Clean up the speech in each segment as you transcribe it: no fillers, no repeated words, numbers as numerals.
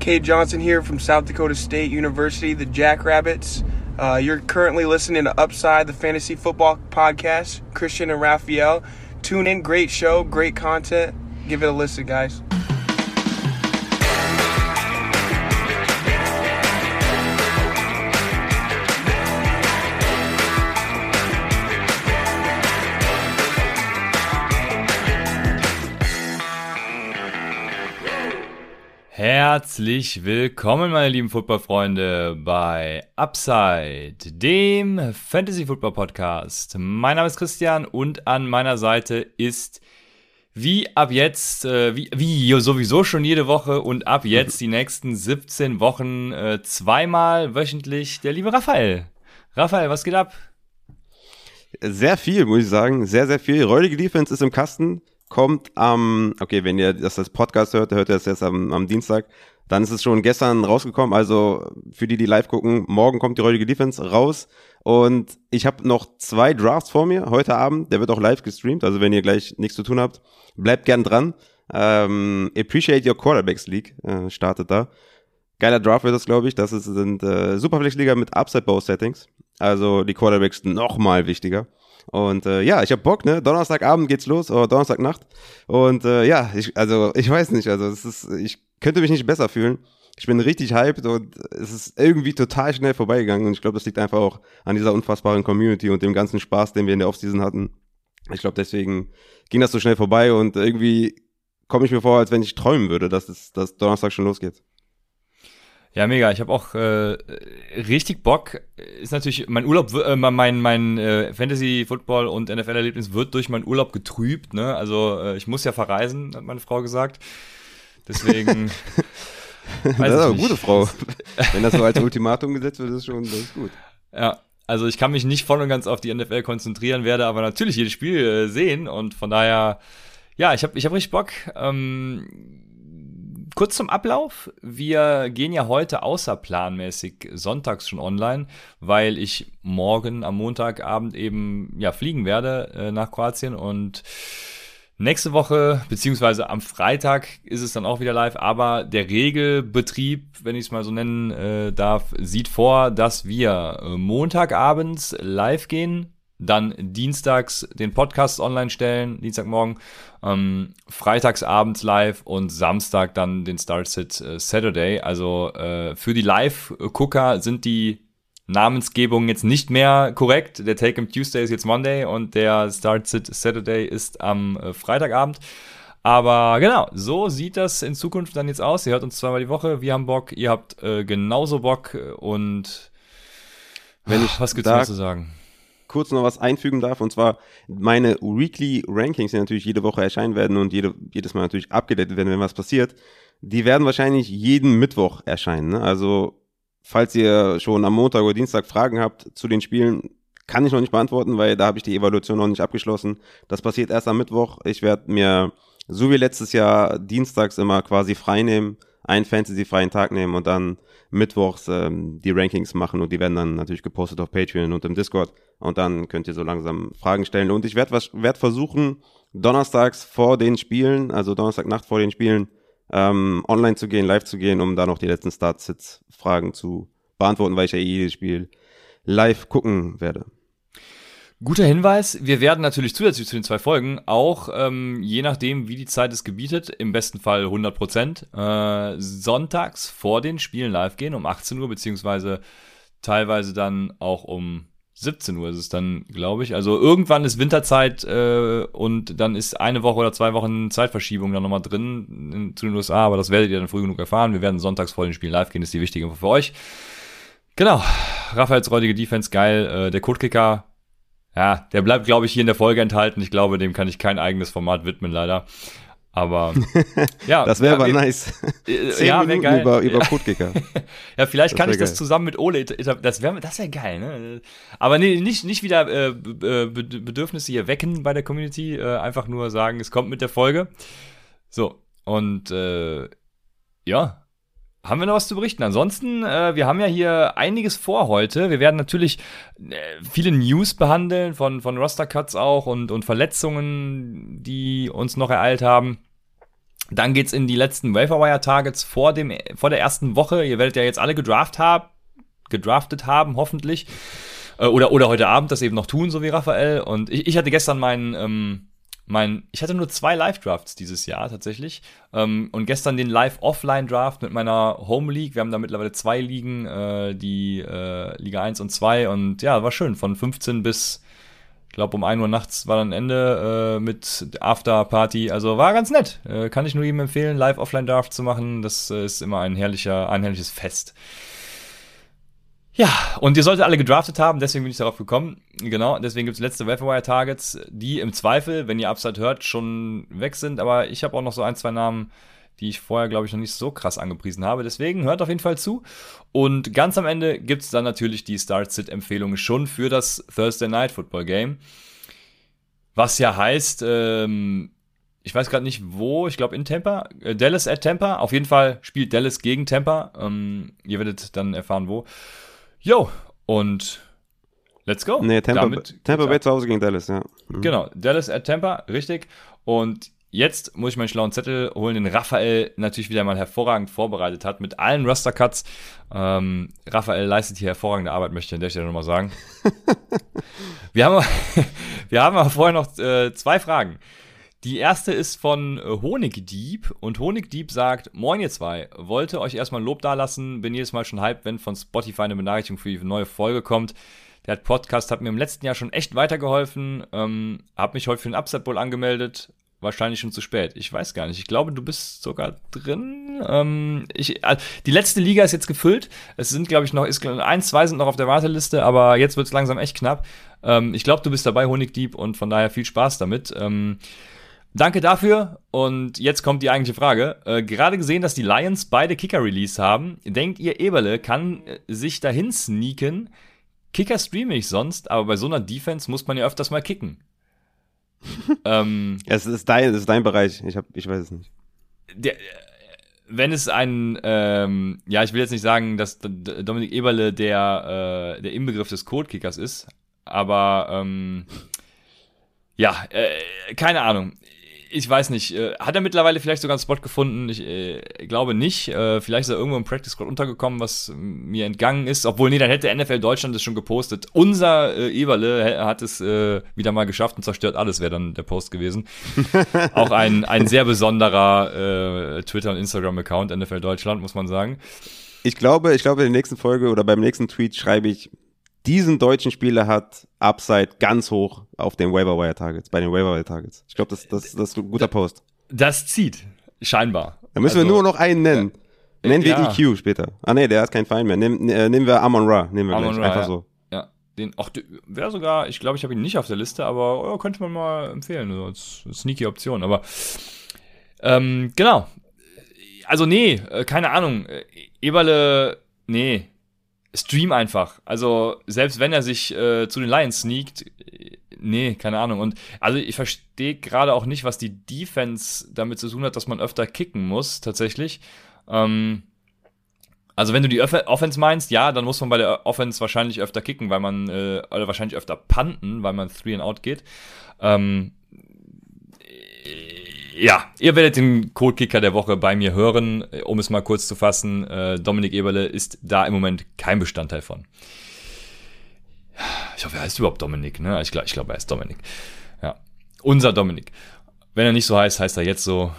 K. Johnson here from South Dakota State University, the Jackrabbits. You're currently listening to Upside, the fantasy football podcast. Christian and Raphael. Tune in, great show, great content. Give it a listen, guys. Herzlich willkommen, meine lieben Football-Freunde, bei Upside, dem Fantasy-Football-Podcast. Mein Name ist Christian und an meiner Seite ist wie ab jetzt, wie sowieso schon jede Woche und ab jetzt die nächsten 17 Wochen zweimal wöchentlich der liebe Raphael. Raphael, was geht ab? Sehr viel, muss ich sagen. Sehr, sehr viel. Räudige Defense ist im Kasten. Kommt okay, wenn ihr das als Podcast hört ihr das jetzt am Dienstag, dann ist es schon gestern rausgekommen, also für die live gucken, morgen kommt die räudige Defense raus und ich habe noch 2 Drafts vor mir, heute Abend, der wird auch live gestreamt, also wenn ihr gleich nichts zu tun habt, bleibt gern dran. Appreciate Your Quarterbacks League startet da. Geiler Draft wird das, glaube ich, sind Superflex-Liga mit Upside-Bow-Settings, also die Quarterbacks noch mal wichtiger. Und ja, ich hab Bock, ne? Donnerstagabend geht's los, oder Donnerstagnacht. Und ja, ich weiß nicht, ich könnte mich nicht besser fühlen. Ich bin richtig hyped und es ist irgendwie total schnell vorbeigegangen. Und ich glaube, das liegt einfach auch an dieser unfassbaren Community und dem ganzen Spaß, den wir in der Offseason hatten. Ich glaube, deswegen ging das so schnell vorbei und irgendwie komme ich mir vor, als wenn ich träumen würde, dass Donnerstag schon losgeht. Ja, mega. Ich habe auch richtig Bock. Ist natürlich mein Urlaub, mein Fantasy, Football und NFL-Erlebnis wird durch meinen Urlaub getrübt. Ne? Also ich muss ja verreisen, hat meine Frau gesagt. Deswegen. Das ist aber eine gute Frau. Wenn das so als Ultimatum gesetzt wird, das ist gut. Ja. Also ich kann mich nicht voll und ganz auf die NFL konzentrieren, werde aber natürlich jedes Spiel sehen und von daher, ja, ich hab richtig Bock. Kurz zum Ablauf, wir gehen ja heute außerplanmäßig sonntags schon online, weil ich morgen am Montagabend eben fliegen werde nach Kroatien und nächste Woche, beziehungsweise am Freitag ist es dann auch wieder live, aber der Regelbetrieb, wenn ich es mal so nennen darf, sieht vor, dass wir Montagabends live gehen, dann dienstags den Podcast online stellen, Dienstagmorgen, freitagsabends live und Samstag dann den Start-Sit Saturday. Also für die Live-Gucker sind die Namensgebungen jetzt nicht mehr korrekt. Der Take-Em Tuesday ist jetzt Monday und der Start-Sit Saturday ist am Freitagabend. Aber genau, so sieht das in Zukunft dann jetzt aus. Ihr hört uns zweimal die Woche, wir haben Bock, ihr habt genauso Bock und was gibt's noch zu sagen? Kurz noch was einfügen darf, und zwar meine Weekly Rankings, die natürlich jede Woche erscheinen werden und jedes Mal natürlich abgedatet werden, wenn was passiert, die werden wahrscheinlich jeden Mittwoch erscheinen. Ne? Also falls ihr schon am Montag oder Dienstag Fragen habt zu den Spielen, kann ich noch nicht beantworten, weil da habe ich die Evaluation noch nicht abgeschlossen. Das passiert erst am Mittwoch. Ich werde mir, so wie letztes Jahr, dienstags immer quasi frei nehmen, einen Fantasy-freien Tag nehmen und dann mittwochs die Rankings machen und die werden dann natürlich gepostet auf Patreon und im Discord und dann könnt ihr so langsam Fragen stellen und ich werd versuchen, donnerstags vor den Spielen, also Donnerstagnacht vor den Spielen, online zu gehen, live zu gehen, um da noch die letzten Start-Sits-Fragen zu beantworten, weil ich ja jedes Spiel live gucken werde. Guter Hinweis, wir werden natürlich zusätzlich zu den 2 Folgen auch, je nachdem wie die Zeit es gebietet, im besten Fall 100%, sonntags vor den Spielen live gehen, um 18 Uhr, beziehungsweise teilweise dann auch um 17 Uhr ist es dann, glaube ich. Also irgendwann ist Winterzeit und dann ist eine Woche oder 2 Wochen Zeitverschiebung dann nochmal drin zu den USA, aber das werdet ihr dann früh genug erfahren. Wir werden sonntags vor den Spielen live gehen, das ist die wichtige Info für euch. Genau, Raphaels räudige Defense, geil, der Codekicker. Ja, der bleibt, glaube ich, hier in der Folge enthalten. Ich glaube, dem kann ich kein eigenes Format widmen, leider. Aber, ja. Das wäre aber nice. 10 Minuten geil. über Codekicker. Ja, vielleicht kann ich das zusammen mit Ole, das wäre geil, ne? Aber nee, nicht wieder Bedürfnisse hier wecken bei der Community. Einfach nur sagen, es kommt mit der Folge. So, und ja. Haben wir noch was zu berichten? Ansonsten, wir haben ja hier einiges vor heute. Wir werden natürlich viele News behandeln, von Roster-Cuts auch und Verletzungen, die uns noch ereilt haben. Dann geht's in die letzten Waiver-Wire-Targets vor der ersten Woche. Ihr werdet ja jetzt alle gedraftet haben, hoffentlich. Oder heute Abend das eben noch tun, so wie Raphael. Und ich hatte gestern ich hatte nur 2 Live-Drafts dieses Jahr tatsächlich. Und gestern den Live-Offline-Draft mit meiner Home League. Wir haben da mittlerweile 2 Ligen, die Liga 1 und 2. Und ja, war schön. Von 15 bis, ich glaube, um 1 Uhr nachts war dann Ende mit After-Party. Also war ganz nett. Kann ich nur jedem empfehlen, Live-Offline-Draft zu machen. Das ist immer ein herrliches Fest. Ja, und ihr solltet alle gedraftet haben, deswegen bin ich darauf gekommen. Genau, deswegen gibt's letzte Waiver-Wire-Targets, die im Zweifel, wenn ihr Upside hört, schon weg sind. Aber ich habe auch noch so 1, 2 Namen, die ich vorher, glaube ich, noch nicht so krass angepriesen habe. Deswegen hört auf jeden Fall zu. Und ganz am Ende gibt's dann natürlich die Start-Sit-Empfehlungen schon für das Thursday Night Football Game. Was ja heißt, ich weiß gerade nicht wo, ich glaube in Tampa, Dallas at Tampa. Auf jeden Fall spielt Dallas gegen Tampa. Ihr werdet dann erfahren, wo. Jo, und let's go. Nee, Tampa Bay zu Hause gegen Dallas, ja. Mhm. Genau, Dallas at Tampa, richtig. Und jetzt muss ich meinen schlauen Zettel holen, den Raphael natürlich wieder mal hervorragend vorbereitet hat mit allen Roster-Cuts. Raphael leistet hier hervorragende Arbeit, möchte ich an der Stelle nochmal sagen. Wir haben aber vorher noch 2 Fragen. Die erste ist von Honigdieb und Honigdieb sagt: Moin ihr zwei, wollte euch erstmal Lob dalassen, bin jedes Mal schon hyped, wenn von Spotify eine Benachrichtigung für die neue Folge kommt. Der Podcast hat mir im letzten Jahr schon echt weitergeholfen, hab mich heute für den Upset Bowl angemeldet, wahrscheinlich schon zu spät. Ich weiß gar nicht, ich glaube du bist sogar drin. Die letzte Liga ist jetzt gefüllt, es sind glaube ich noch, 1, 2 sind noch auf der Warteliste, aber jetzt wird's langsam echt knapp. Ich glaube du bist dabei, Honigdieb, und von daher viel Spaß damit. Danke dafür, und jetzt kommt die eigentliche Frage. Gerade gesehen, dass die Lions beide Kicker-Release haben. Denkt ihr, Eberle kann sich dahin sneaken? Kicker streame ich sonst, aber bei so einer Defense muss man ja öfters mal kicken. Es ist dein Bereich, ich weiß es nicht. Wenn es ich will jetzt nicht sagen, dass Dominik Eberle der Inbegriff des Code-Kickers ist, aber keine Ahnung. Ich weiß nicht. Hat er mittlerweile vielleicht sogar einen Spot gefunden? Ich glaube nicht. Vielleicht ist er irgendwo im Practice Squad untergekommen, was mir entgangen ist. Obwohl, dann hätte NFL Deutschland es schon gepostet. Unser Eberle hat es wieder mal geschafft und zerstört alles, wäre dann der Post gewesen. Auch ein sehr besonderer Twitter- und Instagram-Account NFL Deutschland, muss man sagen. Ich glaube, in der nächsten Folge oder beim nächsten Tweet schreibe ich: Diesen deutschen Spieler hat Upside ganz hoch auf den Waiver-Wire-Targets, bei den Waiver-Wire-Targets. Ich glaube, das ist ein guter Post. Das zieht, scheinbar. Da müssen wir nur noch einen nennen. Nennen wir EQ später. Ah nee, der hat keinen Feind mehr. Nehmen wir Amon-Ra. Nehmen wir gleich. Einfach so. Ja, wäre sogar, ich glaube, ich habe ihn nicht auf der Liste, aber könnte man mal empfehlen. So als sneaky Option. Aber genau. Also nee, keine Ahnung. Eberle, nee. Stream einfach. Also, selbst wenn er sich zu den Lions sneakt, nee, keine Ahnung. Und also ich verstehe gerade auch nicht, was die Defense damit zu tun hat, dass man öfter kicken muss, tatsächlich. Also wenn du die Offense meinst, ja, dann muss man bei der Offense wahrscheinlich öfter kicken, weil man, oder wahrscheinlich öfter punten, weil man 3 and out geht. Ja, ihr werdet den Code-Kicker der Woche bei mir hören. Um es mal kurz zu fassen, Dominik Eberle ist da im Moment kein Bestandteil von. Ich hoffe, er heißt überhaupt Dominik, ne? Ich glaube, er heißt Dominik. Ja, unser Dominik. Wenn er nicht so heißt, heißt er jetzt so.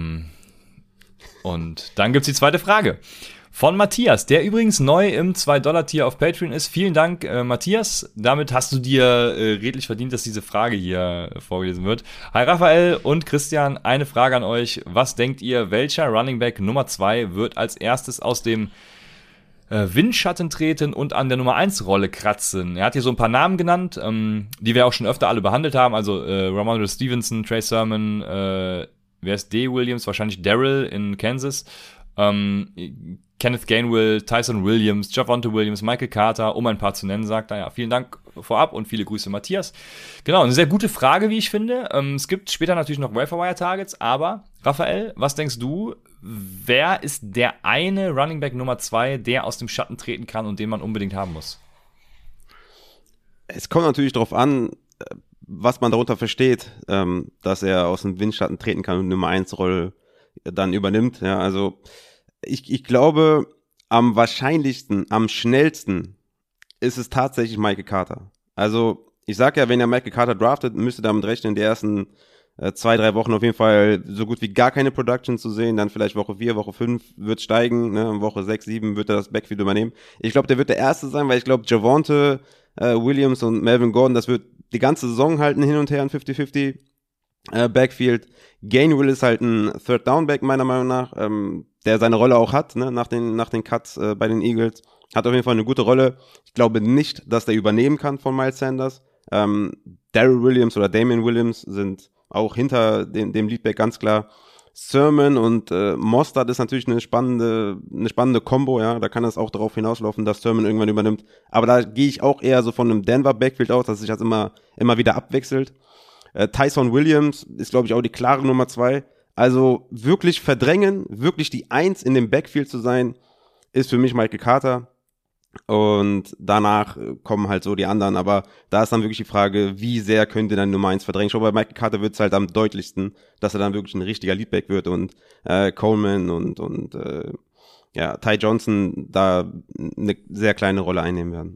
Und dann gibt's die zweite Frage von Matthias, der übrigens neu im $2-Tier auf Patreon ist. Vielen Dank, Matthias. Damit hast du dir redlich verdient, dass diese Frage hier vorgelesen wird. Hi Raphael und Christian, eine Frage an euch. Was denkt ihr, welcher Running Back Nummer 2 wird als erstes aus dem Windschatten treten und an der Nummer 1 Rolle kratzen? Er hat hier so ein paar Namen genannt, die wir auch schon öfter alle behandelt haben. Also Ramondre Stevenson, Trey Sermon, wer ist D. Williams? Wahrscheinlich Darryl in Kansas. Kenneth Gainwell, Tyson Williams, Javonte Williams, Michael Carter, um ein paar zu nennen, sagt er. Ja, vielen Dank vorab und viele Grüße, Matthias. Genau, eine sehr gute Frage, wie ich finde. Es gibt später natürlich noch Waiver-Wire-Targets, aber Raphael, was denkst du, wer ist der eine Running Back Nummer 2, der aus dem Schatten treten kann und den man unbedingt haben muss? Es kommt natürlich darauf an, was man darunter versteht, dass er aus dem Windschatten treten kann und Nummer 1 Rolle dann übernimmt. Ja, also ich glaube, am wahrscheinlichsten, am schnellsten ist es tatsächlich Michael Carter. Also ich sag ja, wenn ihr Michael Carter draftet, müsst ihr damit rechnen, in den ersten 2-3 Wochen auf jeden Fall so gut wie gar keine Production zu sehen, dann vielleicht Woche 4, Woche 5 wird steigen, ne? Woche 6, 7 wird er das Backfield übernehmen. Ich glaube, der wird der Erste sein, weil ich glaube, Javonte Williams und Melvin Gordon, das wird die ganze Saison halten hin und her ein 50-50 Backfield. Gainwell ist halt ein Third-Down-Back meiner Meinung nach, der seine Rolle auch hat, ne? nach den Cuts bei den Eagles. Hat auf jeden Fall eine gute Rolle. Ich glaube nicht, dass der übernehmen kann von Miles Sanders. Darrell Williams oder Damian Williams sind auch hinter dem Leadback ganz klar. Sermon und Mostert ist natürlich eine spannende Kombo, ja. Da kann es auch darauf hinauslaufen, dass Sermon irgendwann übernimmt. Aber da gehe ich auch eher so von einem Denver Backfield aus, dass sich das immer wieder abwechselt. Tyson Williams ist, glaube ich, auch die klare Nummer 2. Also wirklich verdrängen, wirklich die 1 in dem Backfield zu sein, ist für mich Michael Carter. Und danach kommen halt so die anderen, aber da ist dann wirklich die Frage, wie sehr könnt ihr dann Nummer 1 verdrängen? Schon bei Michael Carter wird es halt am deutlichsten, dass er dann wirklich ein richtiger Leadback wird und Coleman und Ty Johnson da eine sehr kleine Rolle einnehmen werden.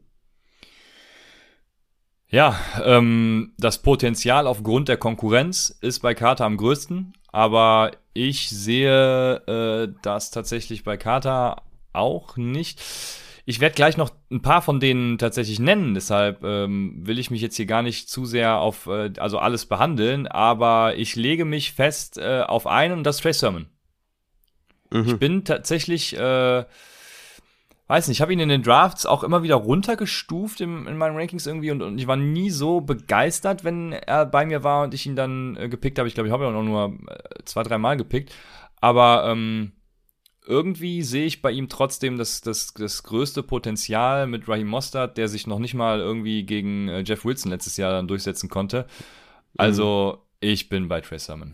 Ja, das Potenzial aufgrund der Konkurrenz ist bei Carter am größten, aber ich sehe das tatsächlich bei Carter auch nicht. Ich werde gleich noch ein paar von denen tatsächlich nennen, deshalb will ich mich jetzt hier gar nicht zu sehr auf also alles behandeln, aber ich lege mich fest auf einen und das ist Trey Sermon. Ich bin tatsächlich, weiß nicht, ich habe ihn in den Drafts auch immer wieder runtergestuft in meinen Rankings irgendwie und ich war nie so begeistert, wenn er bei mir war und ich ihn dann gepickt habe. Ich glaube, ich habe ihn auch nur 2-3 Mal gepickt, aber irgendwie sehe ich bei ihm trotzdem das größte Potenzial mit Raheem Mostert, der sich noch nicht mal irgendwie gegen Jeff Wilson letztes Jahr dann durchsetzen konnte. Also, ich bin bei Trey Sermon.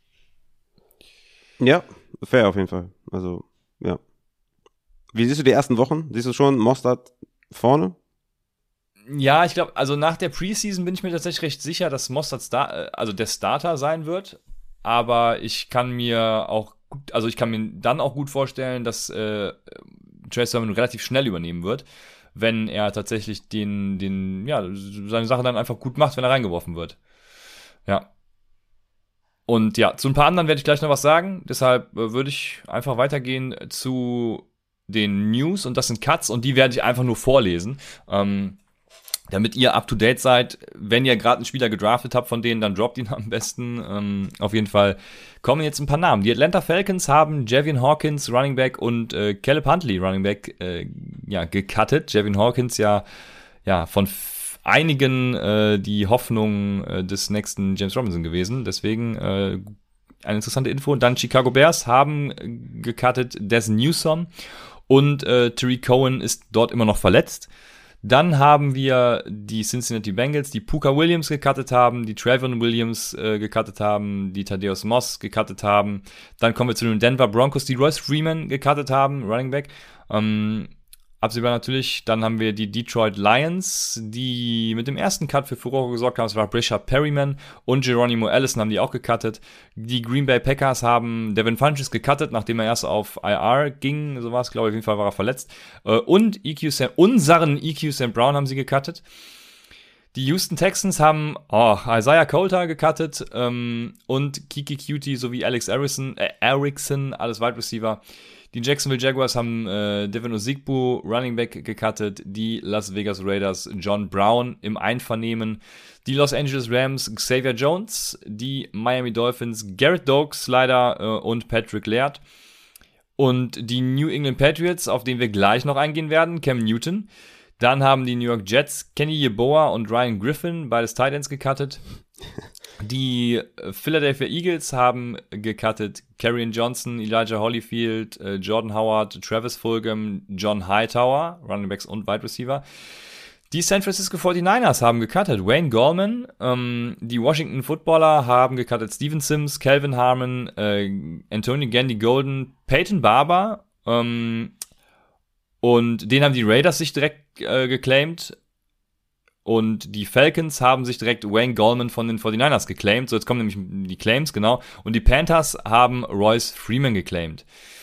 Ja, fair auf jeden Fall. Also, ja. Wie siehst du die ersten Wochen? Siehst du schon Mostert vorne? Ja, ich glaube, also nach der Preseason bin ich mir tatsächlich recht sicher, dass Mostert der Starter sein wird. Aber ich kann mir dann auch gut vorstellen, dass Trey Sermon relativ schnell übernehmen wird, wenn er tatsächlich seine Sache dann einfach gut macht, wenn er reingeworfen wird. Ja. Und ja, zu ein paar anderen werde ich gleich noch was sagen. Deshalb würde ich einfach weitergehen zu den News und das sind Cuts und die werde ich einfach nur vorlesen. Damit ihr up to date seid, wenn ihr gerade einen Spieler gedraftet habt von denen, dann droppt ihn am besten. Auf jeden Fall kommen jetzt ein paar Namen. Die Atlanta Falcons haben Javian Hawkins, Running Back, und Caleb Huntley, Running Back, gecuttet. Javian Hawkins ja von einigen die Hoffnung des nächsten James Robinson gewesen. Deswegen eine interessante Info. Und dann Chicago Bears haben gecuttet Des Newsome und Tariq Cohen ist dort immer noch verletzt. Dann haben wir die Cincinnati Bengals, die Puka Williams gecuttet haben, die Trayvon Williams gecuttet haben, die Thaddeus Moss gecuttet haben. Dann kommen wir zu den Denver Broncos, die Royce Freeman gecuttet haben, Running Back. Absehbar natürlich. Dann haben wir die Detroit Lions, die mit dem ersten Cut für Furore gesorgt haben. Das war Breshad Perryman und Geronimo Allison haben die auch gecuttet. Die Green Bay Packers haben Devin Funchess gecuttet, nachdem er erst auf IR ging. So war es, glaube ich. Auf jeden Fall war er verletzt. Und unseren EQ St. Brown haben sie gecuttet. Die Houston Texans haben Isaiah Coulter gecuttet und Kiki Cutie sowie Alex Erickson, alles Wide Receiver. Die Jacksonville Jaguars haben Devin Ozigbo, Running Back, gecuttet. Die Las Vegas Raiders John Brown im Einvernehmen. Die Los Angeles Rams Xavier Jones. Die Miami Dolphins Garrett Dokes leider und Patrick Laird. Und die New England Patriots, auf den wir gleich noch eingehen werden, Cam Newton. Dann haben die New York Jets Kenny Yeboah und Ryan Griffin, beides Tight Ends, gecuttet. Die Philadelphia Eagles haben gecuttet Kerryon Johnson, Elijah Holyfield, Jordan Howard, Travis Fulgham, John Hightower, Running Backs und Wide Receiver. Die San Francisco 49ers haben gecuttet Wayne Gallman. Die Washington Footballer haben gecuttet Steven Sims, Calvin Harmon, Antonio Gandy Golden, Peyton Barber. Und den haben die Raiders sich direkt geclaimed. Und die Falcons haben sich direkt Wayne Gallman von den 49ers geclaimed. So, jetzt kommen nämlich die Claims, genau. Und die Panthers haben Royce Freeman geclaimed.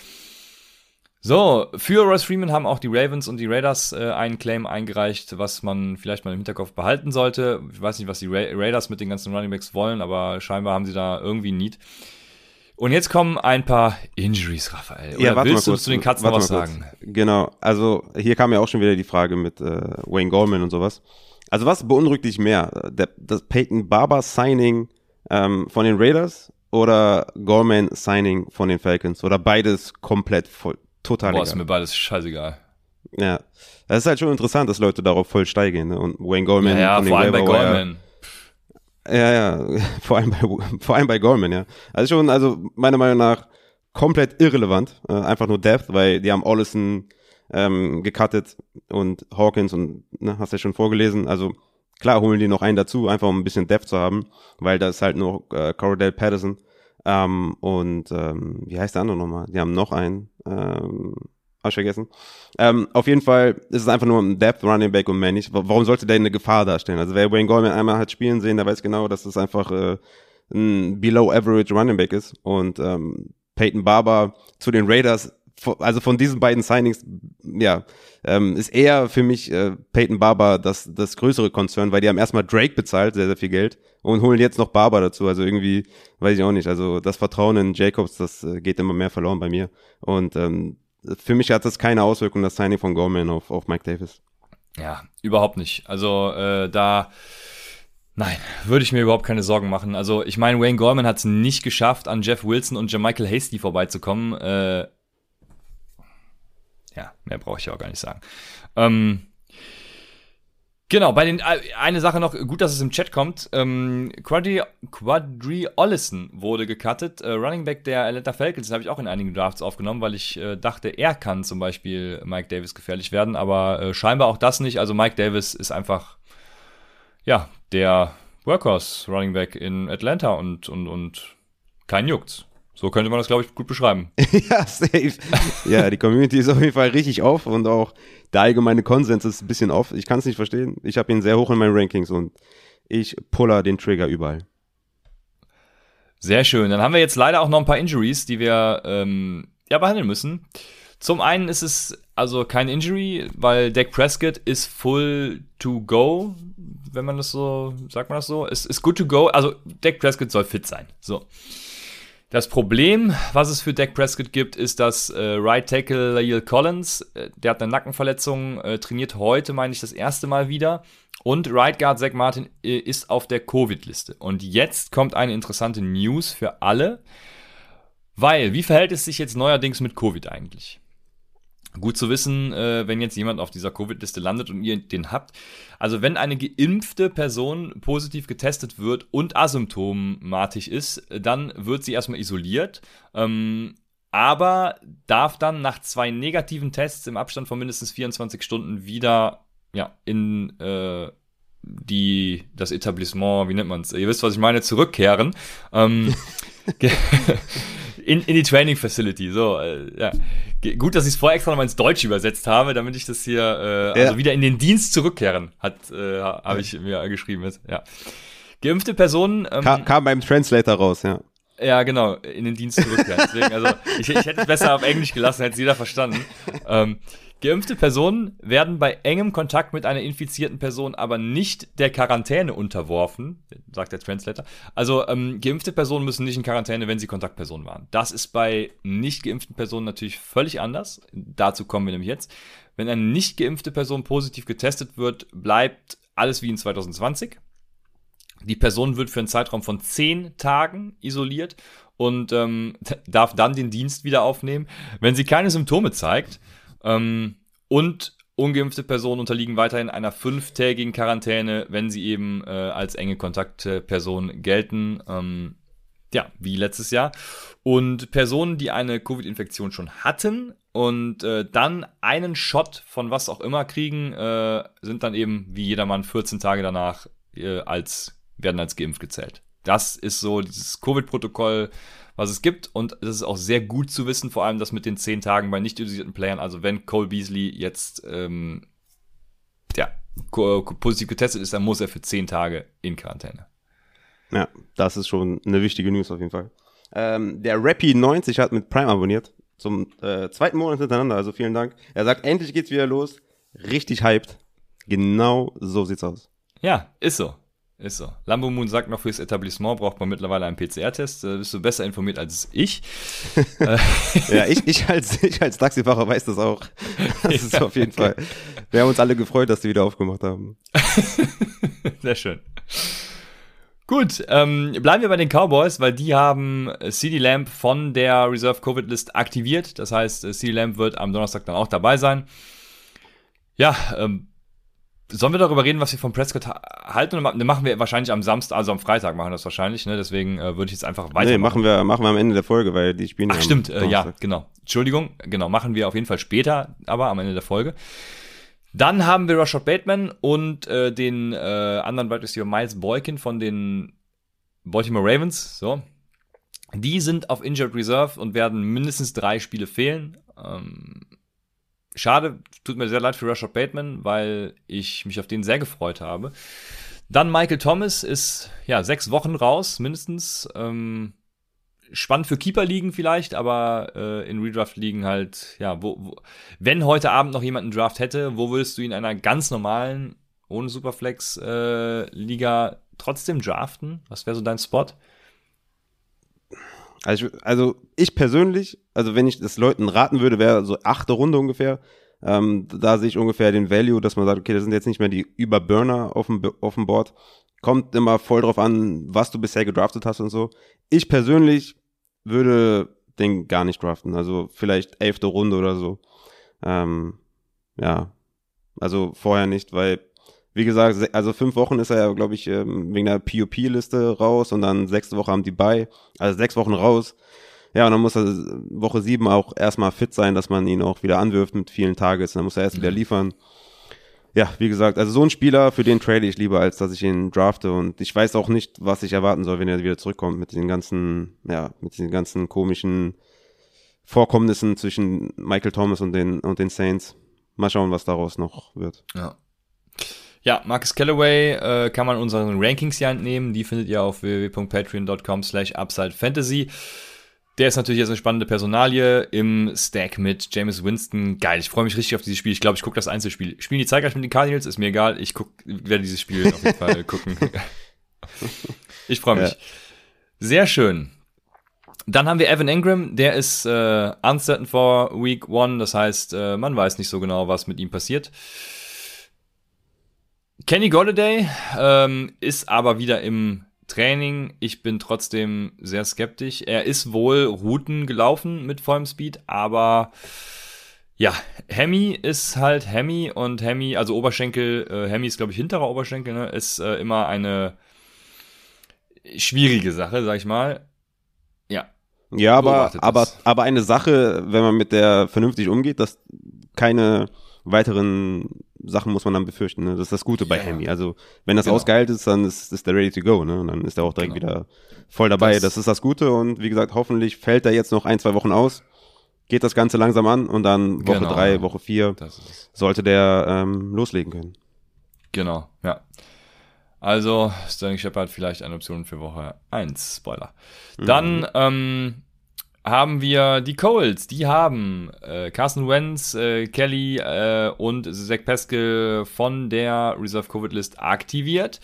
So, für Royce Freeman haben auch die Ravens und die Raiders einen Claim eingereicht, was man vielleicht mal im Hinterkopf behalten sollte. Ich weiß nicht, was die Raiders mit den ganzen Runningbacks wollen, aber scheinbar haben sie da irgendwie ein Need. Und jetzt kommen ein paar Injuries, Raphael. Oder willst du zu den Cuts noch was sagen? Genau, also hier kam ja auch schon wieder die Frage mit Wayne Gallman und sowas. Also was beunruhigt dich mehr? Das Peyton Barber Signing von den Raiders oder Gallman Signing von den Falcons? Oder beides komplett voll? Total egal. Ist mir beides scheißegal. Ja, das ist halt schon interessant, dass Leute darauf voll steigen. Ne? Und Wayne Gallman. Ja, vor allem bei Gallman. Ja, vor allem bei Gallman, ja. Also meiner Meinung nach komplett irrelevant. Einfach nur Depth, weil die haben Ollison gecuttet und Hawkins und, ne, hast ja schon vorgelesen. Also klar holen die noch einen dazu, einfach um ein bisschen Depth zu haben, weil da ist halt nur Cordell Patterson. Wie heißt der andere nochmal? Die haben noch einen, hab ich vergessen. Auf jeden Fall ist es einfach nur ein Depth Running Back und mehr nicht. Warum sollte der eine Gefahr darstellen? Also wer Wayne Gallman einmal hat spielen sehen, der weiß genau, dass das einfach ein Below Average Running Back ist. Und Peyton Barber zu den Raiders, also von diesen beiden Signings, ja, ist eher für mich Peyton Barber das größere Concern, weil die haben erstmal Drake bezahlt, sehr, sehr viel Geld, und holen jetzt noch Barber dazu. Also irgendwie, weiß ich auch nicht, also das Vertrauen in Jacobs, das geht immer mehr verloren bei mir. Und für mich hat das keine Auswirkung, das Signing von Gallman auf Mike Davis. Ja, überhaupt nicht. Also nein, würde ich mir überhaupt keine Sorgen machen. Also ich meine, Wayne Gallman hat es nicht geschafft, an Jeff Wilson und JaMycal Hasty vorbeizukommen. Ja, mehr brauche ich ja auch gar nicht sagen. Genau, eine Sache noch, gut, dass es im Chat kommt. Quadri Ollison wurde gecuttet. Running Back der Atlanta Falcons, habe ich auch in einigen Drafts aufgenommen, weil ich dachte, er kann zum Beispiel Mike Davis gefährlich werden, aber scheinbar auch das nicht. Also Mike Davis ist einfach, ja, der Workhorse Running Back in Atlanta und kein Juckt's. So könnte man das, glaube ich, gut beschreiben. Ja, safe. Ja, die Community ist auf jeden Fall richtig auf und auch der allgemeine Konsens ist ein bisschen auf. Ich kann es nicht verstehen. Ich habe ihn sehr hoch in meinen Rankings und ich puller den Trigger überall. Sehr schön. Dann haben wir jetzt leider auch noch ein paar Injuries, die wir behandeln müssen. Zum einen ist es also kein Injury, weil Dak Prescott ist full to go, wenn man das so, sagt man das so? Es ist good to go. Also Dak Prescott soll fit sein. So. Das Problem, was es für Dak Prescott gibt, ist, dass Right Tackle La'el Collins, der hat eine Nackenverletzung, trainiert heute, meine ich, das erste Mal wieder. Und Right Guard Zach Martin ist auf der Covid-Liste. Und jetzt kommt eine interessante News für alle, weil, wie verhält es sich jetzt neuerdings mit Covid eigentlich? Gut zu wissen, wenn jetzt jemand auf dieser Covid-Liste landet und ihr den habt. Also wenn eine geimpfte Person positiv getestet wird und asymptomatisch ist, dann wird sie erstmal isoliert, aber darf dann nach 2 negativen Tests im Abstand von mindestens 24 Stunden wieder in das Etablissement, wie nennt man es? Ihr wisst, was ich meine, zurückkehren. In die Training Facility, so, ja. Gut, dass ich es vorher extra nochmal ins Deutsche übersetzt habe, damit ich das hier, also wieder in den Dienst zurückkehren, habe ich mir geschrieben jetzt, ja. Geimpfte Personen, kam beim Translator raus, ja. Ja, genau, in den Dienst zurückkehren. Deswegen, also, ich hätte es besser auf Englisch gelassen, hätte es jeder verstanden. Geimpfte Personen werden bei engem Kontakt mit einer infizierten Person aber nicht der Quarantäne unterworfen, sagt der Translator. Also geimpfte Personen müssen nicht in Quarantäne, wenn sie Kontaktpersonen waren. Das ist bei nicht geimpften Personen natürlich völlig anders. Dazu kommen wir nämlich jetzt. Wenn eine nicht geimpfte Person positiv getestet wird, bleibt alles wie in 2020. Die Person wird für einen Zeitraum von 10 Tagen isoliert und darf dann den Dienst wieder aufnehmen. Wenn sie keine Symptome zeigt, und ungeimpfte Personen unterliegen weiterhin einer 5-tägigen Quarantäne, wenn sie eben als enge Kontaktperson gelten, wie letztes Jahr. Und Personen, die eine Covid-Infektion schon hatten und dann einen Shot von was auch immer kriegen, sind dann eben wie jedermann 14 Tage danach werden als geimpft gezählt. Das ist so dieses Covid-Protokoll, was es gibt, und das ist auch sehr gut zu wissen, vor allem das mit den 10 Tagen bei nicht isolierten Playern. Also wenn Cole Beasley jetzt positiv getestet ist, dann muss er für 10 Tage in Quarantäne. Ja, das ist schon eine wichtige News auf jeden Fall. Der Rappy90 hat mit Prime abonniert. Zum 2. Monat hintereinander, also vielen Dank. Er sagt, endlich geht's wieder los. Richtig hyped. Genau so sieht's aus. Ja, ist so. Ist so. Lambo Moon sagt noch, fürs Etablissement braucht man mittlerweile einen PCR-Test. Da bist du besser informiert als ich. Ja, ich als Taxifahrer weiß das auch. Das ist auf jeden Fall. Wir haben uns alle gefreut, dass die wieder aufgemacht haben. Sehr schön. Gut, bleiben wir bei den Cowboys, weil die haben CeeDee Lamb von der Reserve Covid List aktiviert. Das heißt, CeeDee Lamb wird am Donnerstag dann auch dabei sein. Ja, sollen wir darüber reden, was wir von Prescott halten? Oder machen wir wahrscheinlich am Samstag, also am Freitag machen wir das wahrscheinlich, ne? Deswegen würde ich jetzt einfach weitermachen. Nee, machen wir am Ende der Folge, weil die spielen ja. Ach stimmt, ja, genau. Entschuldigung, genau, machen wir auf jeden Fall später, aber am Ende der Folge. Dann haben wir Rashad Bateman und den anderen Wide Receiver Miles Boykin von den Baltimore Ravens. So, die sind auf Injured Reserve und werden mindestens 3 Spiele fehlen. Schade, tut mir sehr leid für Rashad Bateman, weil ich mich auf den sehr gefreut habe. Dann Michael Thomas ist 6 Wochen raus, mindestens. Spannend für Keeper-Ligen vielleicht, aber in Redraft-Ligen halt, ja, wenn heute Abend noch jemand einen Draft hätte, wo würdest du ihn in einer ganz normalen, ohne Superflex-Liga trotzdem draften? Was wäre so dein Spot? Also ich persönlich, also wenn ich das Leuten raten würde, wäre so 8. Runde ungefähr. Da sehe ich ungefähr den Value, dass man sagt, okay, das sind jetzt nicht mehr die Überburner auf dem Board. Kommt immer voll drauf an, was du bisher gedraftet hast und so. Ich persönlich würde den gar nicht draften. Also vielleicht 11. Runde oder so. Ja, also vorher nicht, weil, wie gesagt, also 5 Wochen ist er ja, glaube ich, wegen der PUP-Liste raus und dann 6. Woche haben die bei. Also 6 Wochen raus. Ja, und dann muss er Woche 7 auch erstmal fit sein, dass man ihn auch wieder anwirft mit vielen Targets. Dann muss er erst wieder liefern. Ja, wie gesagt, also so ein Spieler, für den trade ich lieber, als dass ich ihn drafte. Und ich weiß auch nicht, was ich erwarten soll, wenn er wieder zurückkommt mit diesen ganzen komischen Vorkommnissen zwischen Michael Thomas und den Saints. Mal schauen, was daraus noch wird. Ja, Marcus Callaway kann man unseren Rankings hier entnehmen. Die findet ihr auf www.patreon.com/UpsideFantasy. Der ist natürlich jetzt eine spannende Personalie im Stack mit Jameis Winston. Geil, ich freue mich richtig auf dieses Spiel. Ich glaube, ich gucke das Einzelspiel. Spielen die zeitgleich mit den Cardinals? Ist mir egal. Ich werde dieses Spiel auf jeden Fall gucken. Ich freue mich. Ja. Sehr schön. Dann haben wir Evan Engram. Der ist uncertain for Week 1. Das heißt, man weiß nicht so genau, was mit ihm passiert. Kenny Golladay ist aber wieder im Training. Ich bin trotzdem sehr skeptisch. Er ist wohl Routen gelaufen mit vollem Speed, aber ja, Hemi ist halt Hemi und Hemi, also Oberschenkel, Hemi ist glaube ich hinterer Oberschenkel, ne, ist immer eine schwierige Sache, sag ich mal. Ja, aber eine Sache, wenn man mit der vernünftig umgeht, dass keine weiteren Sachen muss man dann befürchten. Ne? Das ist das Gute bei Hemi. Also wenn das ausgeheilt ist, dann ist der ready to go. Ne? Und dann ist er auch direkt wieder voll dabei. Das ist das Gute. Und wie gesagt, hoffentlich fällt er jetzt noch 1-2 Wochen aus. Geht das Ganze langsam an und dann Woche 3, Woche 4 sollte der loslegen können. Genau, ja. Also Sterling Shepard vielleicht eine Option für Woche 1. Spoiler. Dann haben wir die Colts, die haben Carson Wentz, Kelly und Zach Pascal von der Reserve Covid List aktiviert.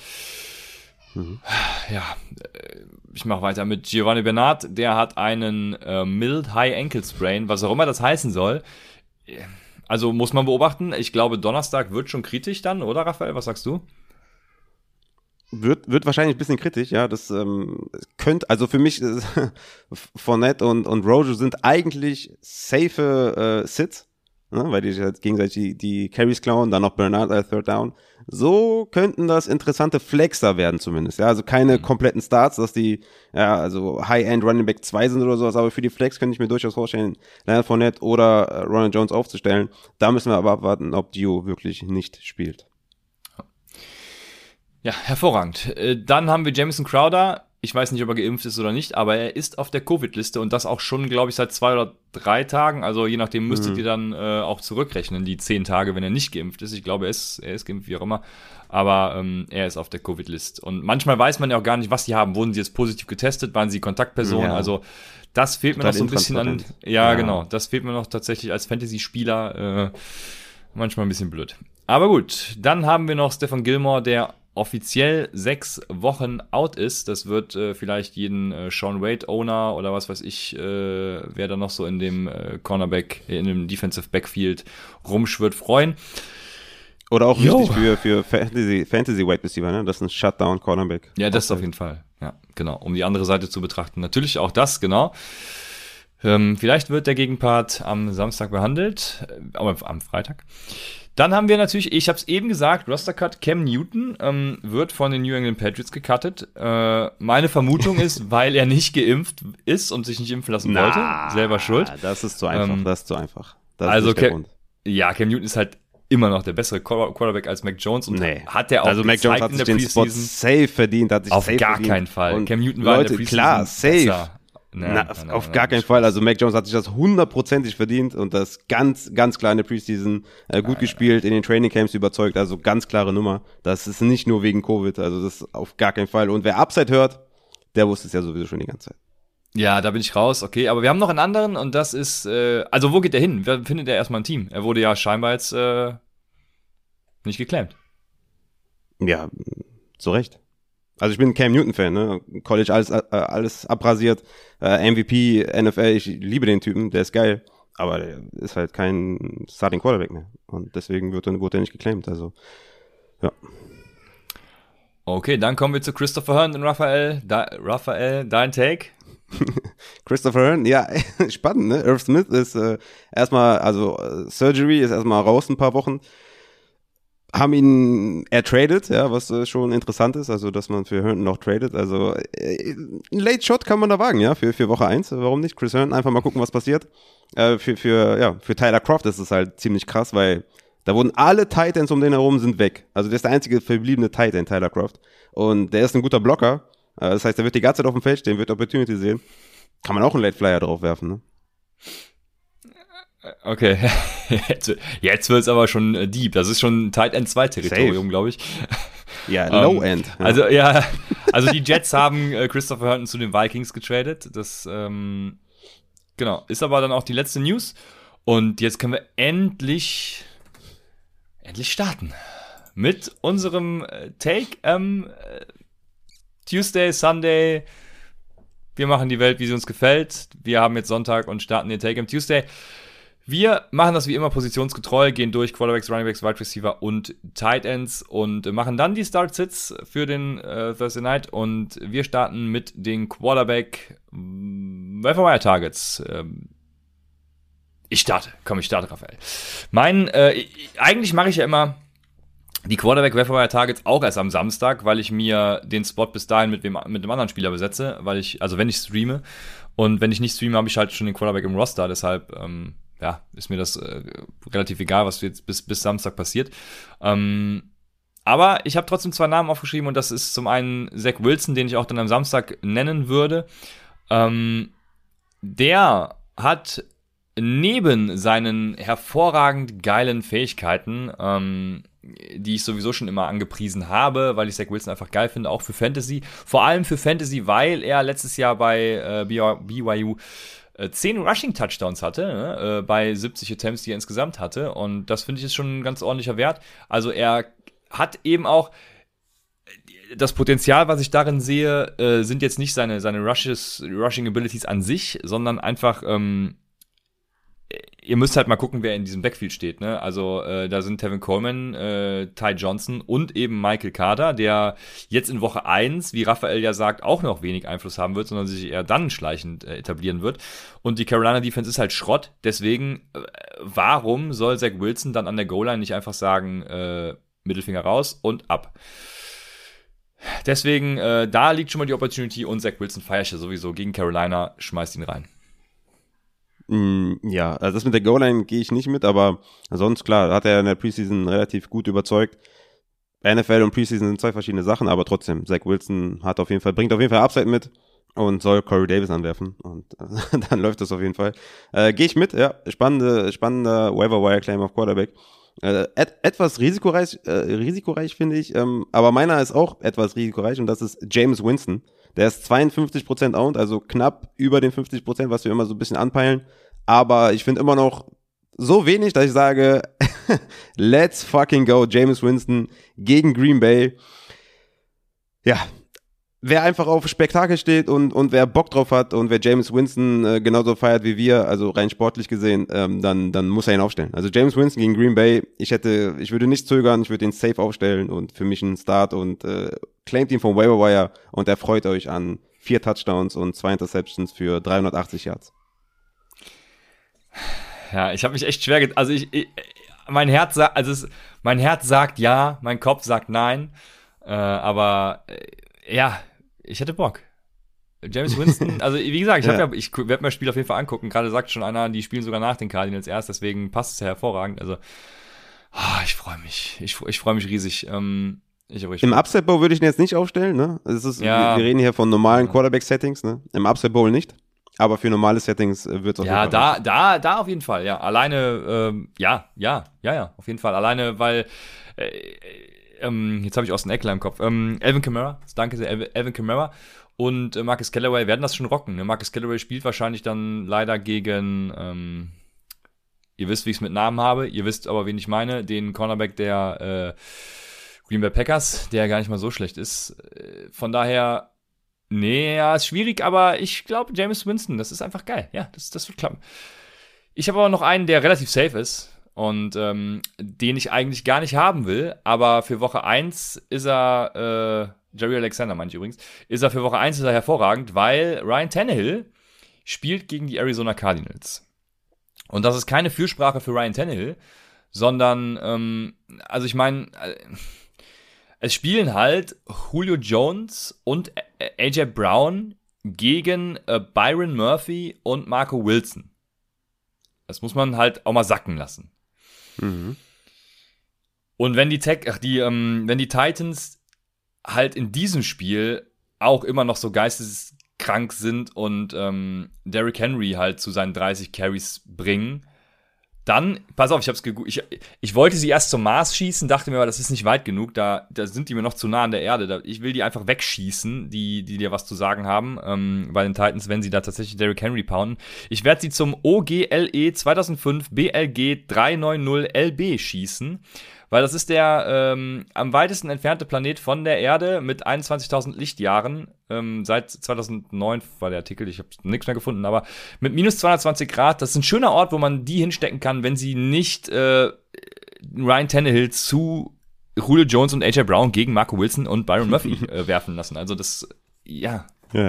Ja, ich mache weiter mit Giovanni Bernard, der hat einen Mild High Ankle Sprain, was auch immer das heißen soll. Also muss man beobachten. Ich glaube, Donnerstag wird schon kritisch dann, oder Raphael? Was sagst du? Wird wahrscheinlich ein bisschen kritisch, ja. Das könnte, also für mich, Fournette und Rojo sind eigentlich safe Sits, ne, weil die halt gegenseitig die Carries klauen, dann noch Bernard als Third Down. So könnten das interessante Flexer werden zumindest, ja. Also keine kompletten Starts, dass die, ja, also High-End Running Back 2 sind oder sowas, aber für die Flex könnte ich mir durchaus vorstellen, Leonard Fournette oder Ronald Jones aufzustellen. Da müssen wir aber abwarten, ob Dio wirklich nicht spielt. Ja, hervorragend. Dann haben wir Jamison Crowder. Ich weiß nicht, ob er geimpft ist oder nicht, aber er ist auf der Covid-Liste und das auch schon, glaube ich, seit 2 oder 3 Tagen. Also je nachdem müsstet ihr dann auch zurückrechnen, die 10 Tage, wenn er nicht geimpft ist. Ich glaube, er ist geimpft, wie auch immer. Aber er ist auf der Covid-Liste. Und manchmal weiß man ja auch gar nicht, was die haben. Wurden sie jetzt positiv getestet? Waren sie Kontaktpersonen? Ja. Also das fehlt mir noch so ein bisschen an. Ja, genau. Das fehlt mir noch tatsächlich als Fantasy-Spieler manchmal ein bisschen blöd. Aber gut, dann haben wir noch Stephon Gilmore, der offiziell 6 Wochen out ist. Das wird vielleicht jeden Sean Wade-Owner oder was weiß ich, wer da noch so in dem Cornerback, in dem Defensive Backfield rumschwirrt, freuen. Oder auch wichtig für Fantasy Wide Receiver, ne? Das ist ein Shutdown-Cornerback. Ja, das auf jeden Fall. Ja, genau. Um die andere Seite zu betrachten. Natürlich auch das, genau. Vielleicht wird der Gegenpart am Samstag behandelt, aber am Freitag. Dann haben wir natürlich, ich habe es eben gesagt, Roster-Cut, Cam Newton wird von den New England Patriots gecuttet. Meine Vermutung ist, weil er nicht geimpft ist und sich nicht impfen lassen wollte. Selber schuld. Das ist zu einfach, das ist zu einfach. Das also ist nicht der Grund. Ja, Cam Newton ist halt immer noch der bessere Quarterback als Mac Jones und hat er auch also Mac Jones hat sich den Spot safe verdient. Auf gar keinen Fall. Und Cam Newton war in der Preseason klar, safe. besser. Nein, auf gar keinen Fall. Also Mac Jones hat sich das 100%ig verdient und das ganz, ganz klar in der Preseason gut gespielt, in den Training Camps überzeugt, also ganz klare Nummer. Das ist nicht nur wegen Covid, also das ist auf gar keinen Fall. Und wer Upside hört, der wusste es ja sowieso schon die ganze Zeit. Ja, da bin ich raus, okay. Aber wir haben noch einen anderen und das ist, also wo geht der hin? Wer findet er erstmal ein Team? Er wurde ja scheinbar jetzt nicht geclaimed. Ja, zu Recht. Also ich bin ein Cam Newton-Fan, ne? College alles abrasiert, MVP, NFL, ich liebe den Typen, der ist geil, aber der ist halt kein Starting Quarterback mehr und deswegen wurde er nicht geclaimed, also ja. Okay, dann kommen wir zu Christopher Hearn und Raphael, dein Take? Christopher Hearn, ja, spannend, ne? Irv Smith ist erstmal, also Surgery ist erstmal raus ein paar Wochen. Haben ihn ertradet, ja, was schon interessant ist, also dass man für Herndon noch tradet, also ein Late Shot kann man da wagen, ja, für Woche 1, warum nicht? Chris Herndon, einfach mal gucken, was passiert. Für Tyler Kroft ist es halt ziemlich krass, weil da wurden alle Tight Ends um den herum sind weg, also der ist der einzige verbliebene Tight End, Tyler Kroft, und der ist ein guter Blocker, das heißt, der wird die ganze Zeit auf dem Feld stehen, wird Opportunity sehen, kann man auch einen Late Flyer drauf werfen, ne? Okay, jetzt wird's aber schon deep. Das ist schon Tight End 2 Territorium, glaube ich. Ja, Low End. Ja. Also die Jets haben Christopher Herndon zu den Vikings getradet. Das genau, ist aber dann auch die letzte News. Und jetzt können wir endlich starten mit unserem Take. Tuesday, Sunday. Wir machen die Welt, wie sie uns gefällt. Wir haben jetzt Sonntag und starten den Take am Tuesday. Wir machen das wie immer positionsgetreu, gehen durch Quarterbacks, Runningbacks, Wide Receiver und Tight Ends und machen dann die Start-Sits für den Thursday Night und wir starten mit den Quarterback Wire Targets. Ich starte, Raphael. Eigentlich mache ich ja immer die Quarterback Wire Targets auch erst am Samstag, weil ich mir den Spot bis dahin mit einem anderen Spieler besetze, wenn ich streame und wenn ich nicht streame, habe ich halt schon den Quarterback im Roster, deshalb ist mir das relativ egal, was jetzt bis Samstag passiert. Aber ich habe trotzdem 2 Namen aufgeschrieben und das ist zum einen Zach Wilson, den ich auch dann am Samstag nennen würde. Der hat neben seinen hervorragend geilen Fähigkeiten, die ich sowieso schon immer angepriesen habe, weil ich Zach Wilson einfach geil finde, auch für Fantasy. Vor allem für Fantasy, weil er letztes Jahr bei BYU 10 Rushing-Touchdowns hatte, ne, bei 70 Attempts, die er insgesamt hatte. Und das finde ich ist schon ein ganz ordentlicher Wert. Also er hat eben auch das Potenzial, was ich darin sehe, sind jetzt nicht seine Rushing-Abilities an sich, sondern einfach ihr müsst halt mal gucken, wer in diesem Backfield steht, ne? Also da sind Tevin Coleman, Ty Johnson und eben Michael Carter, der jetzt in Woche 1, wie Raphael ja sagt, auch noch wenig Einfluss haben wird, sondern sich eher dann schleichend etablieren wird. Und die Carolina Defense ist halt Schrott, deswegen warum soll Zach Wilson dann an der Goal-Line nicht einfach sagen, Mittelfinger raus und ab? Deswegen, da liegt schon mal die Opportunity und Zach Wilson feiert ja sowieso gegen Carolina, schmeißt ihn rein. Ja, also das mit der Goal-Line gehe ich nicht mit, aber sonst klar, hat er in der Preseason relativ gut überzeugt. NFL und Preseason sind 2 verschiedene Sachen, aber trotzdem, Zach Wilson bringt auf jeden Fall Upside mit und soll Corey Davis anwerfen und dann läuft das auf jeden Fall. Gehe ich mit, ja, spannender Waiver-Wire-Claim auf Quarterback. Etwas risikoreich finde ich, aber meiner ist auch etwas risikoreich und das ist Jameis Winston. Der ist 52% owned, also knapp über den 50%, was wir immer so ein bisschen anpeilen, aber ich finde immer noch so wenig, dass ich sage, let's fucking go, Jameis Winston gegen Green Bay. Ja, wer einfach auf Spektakel steht und wer Bock drauf hat und wer Jameis Winston genauso feiert wie wir, also rein sportlich gesehen, dann muss er ihn aufstellen. Also Jameis Winston gegen Green Bay, ich würde nicht zögern, ich würde ihn safe aufstellen und für mich einen Start und claimt ihn vom Waiver Wire und erfreut euch an 4 Touchdowns und 2 Interceptions für 380 Yards. Ja, ich habe mich echt schwer also mein Herz sagt ja, mein Kopf sagt nein, aber ja, ich hätte Bock. Jameis Winston, also wie gesagt, ich werde mir das Spiel auf jeden Fall angucken. Gerade sagt schon einer, die spielen sogar nach den Cardinals erst, deswegen passt es ja hervorragend. Also ich freue mich. Ich freue mich riesig. Im Upset Bowl würde ich ihn jetzt nicht aufstellen, ne? Wir reden hier von normalen Quarterback-Settings, ne? Im Upset Bowl nicht. Aber für normale Settings wird es auf jeden Fall. Ja, da auf jeden Fall, ja. Alleine, auf jeden Fall. Alleine, weil, jetzt habe ich Austin Eckler im Kopf. Alvin Kamara, danke sehr, Alvin Kamara und Marcus Callaway werden das schon rocken. Ne? Marcus Callaway spielt wahrscheinlich dann leider gegen, ihr wisst, wie ich es mit Namen habe, ihr wisst aber, wen ich meine, den Cornerback der Green Bay Packers, der gar nicht mal so schlecht ist. Von daher, nee, ja, ist schwierig, aber ich glaube, Jameis Winston, das ist einfach geil. Ja, das wird klappen. Ich habe aber noch einen, der relativ safe ist und den ich eigentlich gar nicht haben will, aber für Woche 1 ist er, Jerry Alexander meinte ich übrigens, für Woche 1 ist er hervorragend, weil Ryan Tannehill spielt gegen die Arizona Cardinals. Und das ist keine Fürsprache für Ryan Tannehill, sondern, also ich meine, es spielen halt Julio Jones und AJ Brown gegen Byron Murphy und Marco Wilson. Das muss man halt auch mal sacken lassen. Mhm. Und wenn die Titans halt in diesem Spiel auch immer noch so geisteskrank sind und Derrick Henry halt zu seinen 30 Carries bringen, dann, pass auf, ich hab's gegoogelt. Ich wollte sie erst zum Mars schießen, dachte mir aber, das ist nicht weit genug, da sind die mir noch zu nah an der Erde. Ich will die einfach wegschießen, die dir was zu sagen haben, bei den Titans, wenn sie da tatsächlich Derrick Henry pounden. Ich werde sie zum OGLE 2005 BLG 390 LB schießen, weil das ist der am weitesten entfernte Planet von der Erde mit 21.000 Lichtjahren. Seit 2009 war der Artikel, ich habe nichts mehr gefunden, aber mit minus 220 Grad, das ist ein schöner Ort, wo man die hinstecken kann, wenn sie nicht Ryan Tannehill zu Julio Jones und AJ Brown gegen Marco Wilson und Byron Murphy werfen lassen. Also das, ja.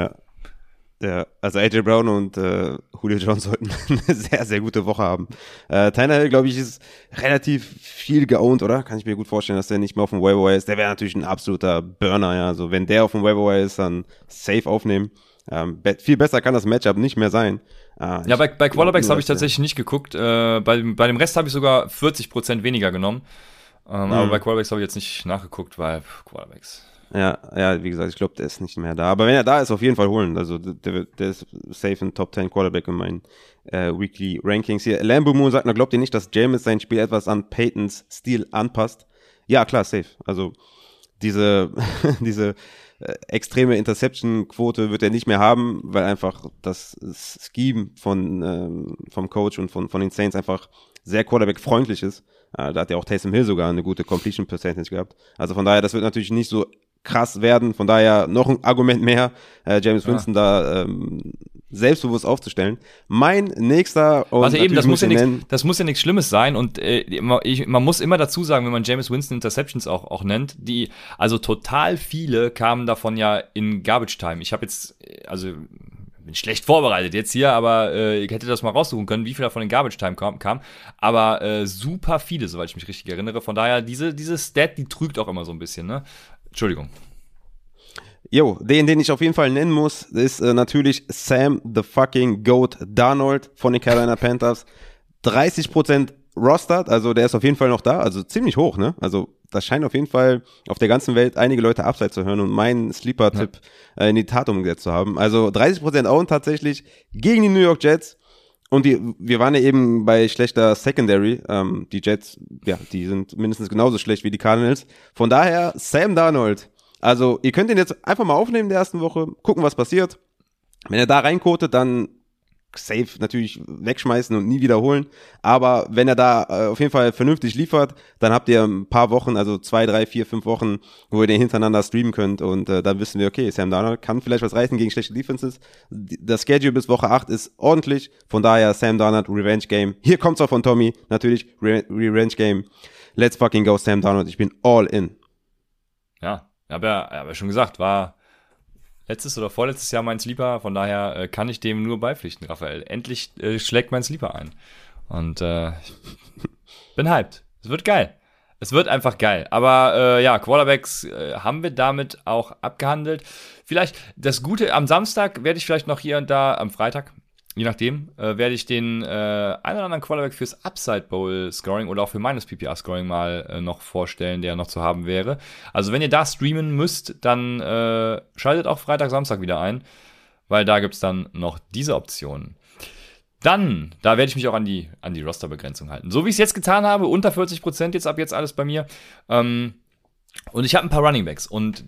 Ja, also AJ Brown und Julio Jones sollten eine sehr, sehr gute Woche haben. Tannehill, glaube ich, ist relativ viel geowned, oder? Kann ich mir gut vorstellen, dass der nicht mehr auf dem Waiver Wire ist. Der wäre natürlich ein absoluter Burner, ja. Also wenn der auf dem Waiver Wire ist, dann safe aufnehmen. Viel besser kann das Matchup nicht mehr sein. Ja, bei Quarterbacks habe ich tatsächlich nicht geguckt. Bei dem Rest habe ich sogar 40% weniger genommen. Aber bei Quarterbacks habe ich jetzt nicht nachgeguckt, weil Quarterbacks. Ja, wie gesagt, ich glaube, der ist nicht mehr da. Aber wenn er da ist, auf jeden Fall holen. Also der ist safe ein Top 10 Quarterback in meinen Weekly Rankings hier. Lambo Moon sagt, glaubt ihr nicht, dass Jameis sein Spiel etwas an Peytons Stil anpasst? Ja, klar, safe. Also diese extreme Interception-Quote wird er nicht mehr haben, weil einfach das Scheme vom Coach und von den Saints einfach sehr Quarterback-freundlich ist. Da hat ja auch Taysom Hill sogar eine gute Completion Percentage gehabt. Also von daher, das wird natürlich nicht so krass werden. Von daher noch ein Argument mehr, Jameis Winston da selbstbewusst aufzustellen. Mein nächster... Also eben, das muss ja nichts Schlimmes sein und man muss immer dazu sagen, wenn man Jameis Winston Interceptions auch nennt, also total viele kamen davon ja in Garbage Time. Ich habe jetzt, also bin schlecht vorbereitet jetzt hier, aber ich hätte das mal raussuchen können, wie viel davon in Garbage Time kam. Aber super viele, soweit ich mich richtig erinnere. Von daher, diese Stat, die trügt auch immer so ein bisschen, ne? Entschuldigung. Jo, den ich auf jeden Fall nennen muss, ist natürlich Sam the fucking Goat Darnold von den Carolina Panthers. 30% rostert, also der ist auf jeden Fall noch da, also ziemlich hoch, ne? Also das scheint auf jeden Fall auf der ganzen Welt einige Leute abseits zu hören und meinen Sleeper-Tipp in die Tat umgesetzt zu haben. Also 30% Own tatsächlich gegen die New York Jets. Und wir waren ja eben bei schlechter Secondary. Die Jets, ja, die sind mindestens genauso schlecht wie die Cardinals. Von daher Sam Darnold. Also ihr könnt ihn jetzt einfach mal aufnehmen in der ersten Woche, gucken, was passiert. Wenn er da reinkotet, dann safe natürlich wegschmeißen und nie wiederholen. Aber wenn er da auf jeden Fall vernünftig liefert, dann habt ihr ein paar Wochen, also 2, 3, 4, 5 Wochen, wo ihr den hintereinander streamen könnt. Und dann wissen wir, okay, Sam Darnold kann vielleicht was reißen gegen schlechte Defenses. Das Schedule bis Woche 8 ist ordentlich. Von daher Sam Darnold, Revenge Game. Hier kommt's auch von Tommy. Natürlich, Revenge Game. Let's fucking go, Sam Darnold. Ich bin all in. Ja, habe ja schon gesagt, war letztes oder vorletztes Jahr mein Sleeper, von daher kann ich dem nur beipflichten, Raphael. Endlich schlägt mein Sleeper ein. Und bin hyped. Es wird geil. Es wird einfach geil. Aber ja, Quarterbacks haben wir damit auch abgehandelt. Vielleicht das Gute, am Samstag werde ich vielleicht noch hier und da, am Freitag, je nachdem, werde ich den einen oder anderen Quarterback fürs Upside Bowl Scoring oder auch für meines PPR Scoring mal noch vorstellen, der noch zu haben wäre. Also wenn ihr da streamen müsst, dann schaltet auch Freitag, Samstag wieder ein, weil da gibt es dann noch diese Option. Dann, da werde ich mich auch an die Rosterbegrenzung halten. So wie ich es jetzt getan habe, unter 40% jetzt ab jetzt alles bei mir. Und ich habe ein paar Runningbacks und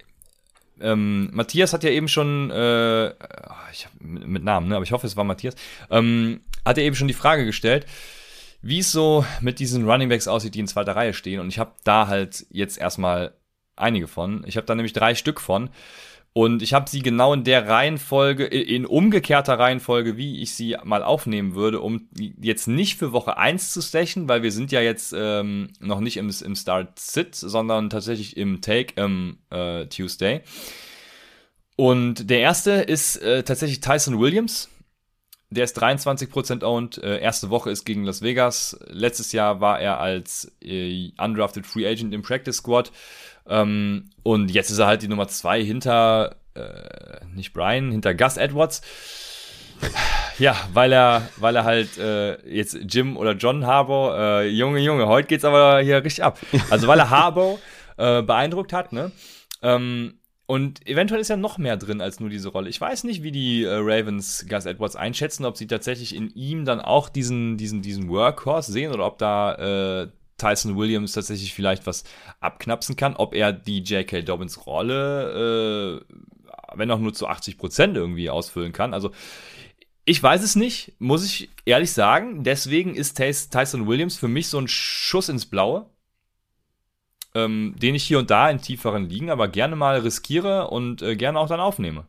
Matthias hat ja eben schon, ich hab mit Namen, ne, aber ich hoffe, es war Matthias, hat ja eben schon die Frage gestellt, wie es so mit diesen Runningbacks aussieht, die in zweiter Reihe stehen. Und ich habe da halt jetzt erstmal einige von. Ich habe da nämlich 3 Stück von. Und ich habe sie genau in der Reihenfolge, in umgekehrter Reihenfolge, wie ich sie mal aufnehmen würde, um jetzt nicht für Woche 1 zu stechen, weil wir sind ja jetzt noch nicht im Start-Sit, sondern tatsächlich im Take Tuesday. Und der erste ist tatsächlich Tyson Williams. Der ist 23% owned. Erste Woche ist gegen Las Vegas. Letztes Jahr war er als undrafted Free Agent im Practice Squad. Und jetzt ist er halt die Nummer 2 hinter, nicht Brian, hinter Gus Edwards. Ja, weil er halt jetzt Jim oder John Harbaugh, Junge, heute geht's aber hier richtig ab. Also weil er Harbaugh beeindruckt hat, ne? Und eventuell ist ja noch mehr drin als nur diese Rolle. Ich weiß nicht, wie die Ravens Gus Edwards einschätzen, ob sie tatsächlich in ihm dann auch diesen Workhorse sehen oder ob da Tyson Williams tatsächlich vielleicht was abknapsen kann, ob er die J.K. Dobbins Rolle, wenn auch nur zu 80% irgendwie ausfüllen kann. Also ich weiß es nicht, muss ich ehrlich sagen. Deswegen ist Tyson Williams für mich so ein Schuss ins Blaue, den ich hier und da in tieferen Ligen aber gerne mal riskiere und gerne auch dann aufnehme.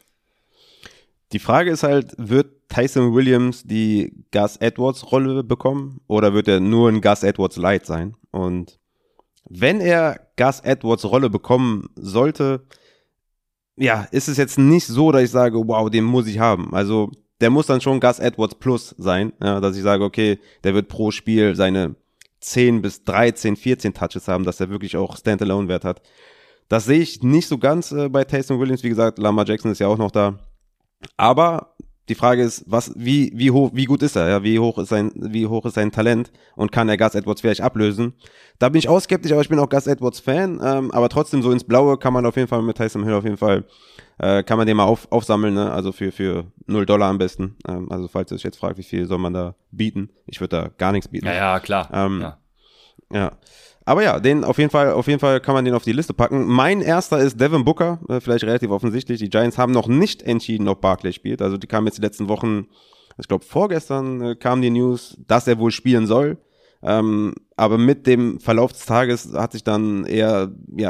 Die Frage ist halt, wird Tyson Williams die Gus Edwards Rolle bekommen oder wird er nur ein Gus Edwards Light sein? Und wenn er Gus Edwards Rolle bekommen sollte, ja, ist es jetzt nicht so, dass ich sage, wow, den muss ich haben. Also der muss dann schon Gus Edwards Plus sein, ja, dass ich sage, okay, der wird pro Spiel seine 10 bis 13, 14 Touches haben, dass er wirklich auch Standalone-Wert hat. Das sehe ich nicht so ganz bei Tyson Williams. Wie gesagt, Lamar Jackson ist ja auch noch da. Aber die Frage ist, wie gut ist er? Ja? Wie hoch ist sein Talent und kann er Gus Edwards vielleicht ablösen? Da bin ich auch skeptisch, aber ich bin auch Gus Edwards Fan. Aber trotzdem so ins Blaue kann man auf jeden Fall mit Tyson Hill auf jeden Fall kann man den mal aufsammeln, ne? Also für $0 am besten. Also falls ihr euch jetzt fragt, wie viel soll man da bieten? Ich würde da gar nichts bieten. Ja, klar. Ja. Aber ja, auf jeden Fall kann man den auf die Liste packen. Mein erster ist Devin Booker, vielleicht relativ offensichtlich. Die Giants haben noch nicht entschieden, ob Barkley spielt. Also die kamen jetzt die letzten Wochen, ich glaube vorgestern kam die News, dass er wohl spielen soll. Aber mit dem Verlauf des Tages hat sich dann eher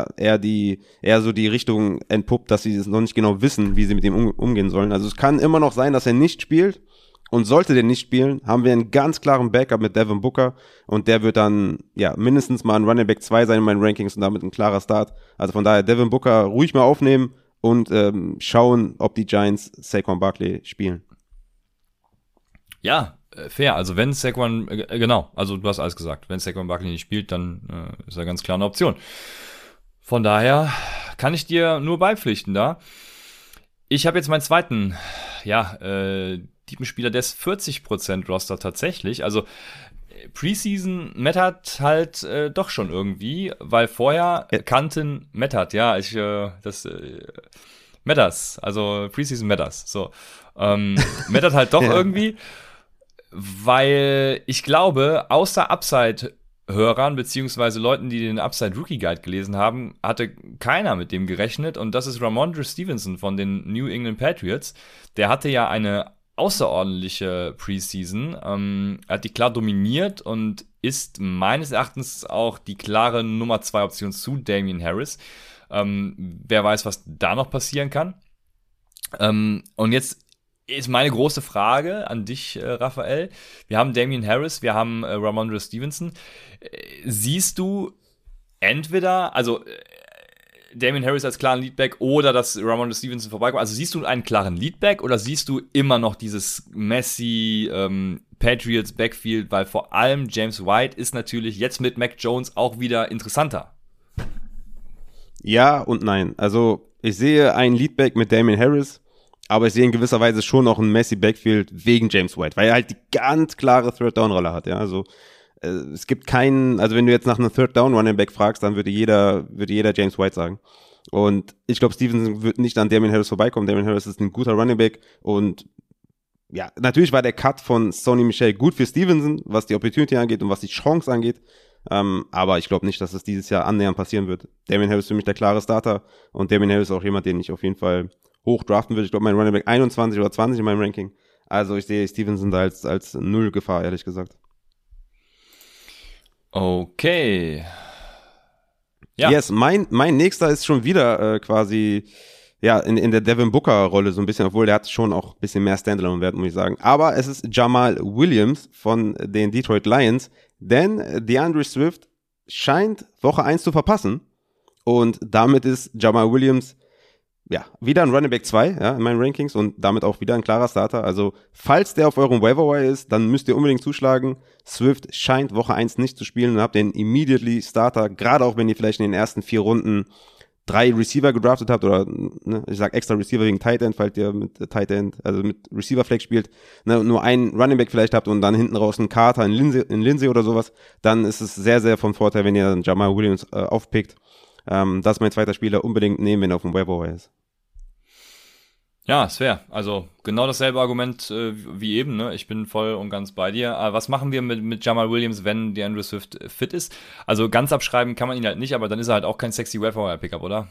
so die Richtung entpuppt, dass sie es noch nicht genau wissen, wie sie mit ihm umgehen sollen. Also es kann immer noch sein, dass er nicht spielt. Und sollte der nicht spielen, haben wir einen ganz klaren Backup mit Devin Booker und der wird dann mindestens mal ein Running Back 2 sein in meinen Rankings und damit ein klarer Start. Also von daher Devin Booker ruhig mal aufnehmen und schauen, ob die Giants Saquon Barkley spielen. Ja, fair. Also wenn Saquon, genau, also du hast alles gesagt. Wenn Saquon Barkley nicht spielt, dann ist er ganz klar eine Option. Von daher kann ich dir nur beipflichten da. Ich habe jetzt meinen zweiten, Spieler, der ist 40% Roster tatsächlich. Also Preseason mattert halt doch schon irgendwie, weil vorher kannten mattert, ja, matters, also Preseason matters, so. Mattert halt doch irgendwie, weil ich glaube, außer Upside-Hörern beziehungsweise Leuten, die den Upside-Rookie-Guide gelesen haben, hatte keiner mit dem gerechnet und das ist Ramondre Stevenson von den New England Patriots. Der hatte ja eine außerordentliche Preseason, er hat die klar dominiert und ist meines Erachtens auch die klare Nummer 2 Option zu Damien Harris. Wer weiß, was da noch passieren kann. Und jetzt ist meine große Frage an dich, Raphael. Wir haben Damien Harris, wir haben Ramondre Stevenson. Siehst du entweder, also Damien Harris als klaren Leadback oder dass Ramondre Stevenson vorbeikommt? Also siehst du einen klaren Leadback oder siehst du immer noch dieses Messi Patriots Backfield, weil vor allem James White ist natürlich jetzt mit Mac Jones auch wieder interessanter? Ja und nein. Also ich sehe einen Leadback mit Damien Harris, aber ich sehe in gewisser Weise schon noch ein Messi Backfield wegen James White, weil er halt die ganz klare Third-Down-Rolle hat. Ja, also es gibt keinen, also wenn du jetzt nach einem Third-Down-Running-Back fragst, dann würde jeder James White sagen. Und ich glaube, Stevenson wird nicht an Damien Harris vorbeikommen. Damien Harris ist ein guter Running-Back und ja, natürlich war der Cut von Sony Michel gut für Stevenson, was die Opportunity angeht und was die Chance angeht. Aber ich glaube nicht, dass es dieses Jahr annähernd passieren wird. Damien Harris ist für mich der klare Starter und Damien Harris ist auch jemand, den ich auf jeden Fall hoch draften würde. Ich glaube, mein Running Back 21 oder 20 in meinem Ranking. Also ich sehe Stevenson da als null Gefahr, ehrlich gesagt. Okay. Ja. Yes, mein nächster ist schon wieder quasi ja in der Devin Booker-Rolle so ein bisschen, obwohl der hat schon auch ein bisschen mehr Standalone-Wert, muss ich sagen. Aber es ist Jamal Williams von den Detroit Lions, denn DeAndre Swift scheint Woche 1 zu verpassen und damit ist Jamal Williams ja wieder ein Running Back 2 ja, in meinen Rankings und damit auch wieder ein klarer Starter. Also falls der auf eurem Waiver-Wire ist, dann müsst ihr unbedingt zuschlagen. Swift scheint Woche 1 nicht zu spielen und habt den immediately Starter, gerade auch wenn ihr vielleicht in den ersten 4 Runden 3 Receiver gedraftet habt oder ne, ich sag extra Receiver wegen Tight End, falls ihr mit Tight End, also mit Receiver Flex spielt, ne, nur einen Running Back vielleicht habt und dann hinten raus einen Carter, in Lindsay oder sowas, dann ist es sehr, sehr von Vorteil, wenn ihr dann Jamal Williams aufpickt. Das ist mein zweiter Spieler, unbedingt nehmen, wenn er auf dem Waiver ist. Ja, ist fair. Also genau dasselbe Argument wie eben. Ne? Ich bin voll und ganz bei dir. Aber was machen wir mit Jamal Williams, wenn DeAndre Swift fit ist? Also ganz abschreiben kann man ihn halt nicht, aber dann ist er halt auch kein sexy Waiver-Pickup, oder?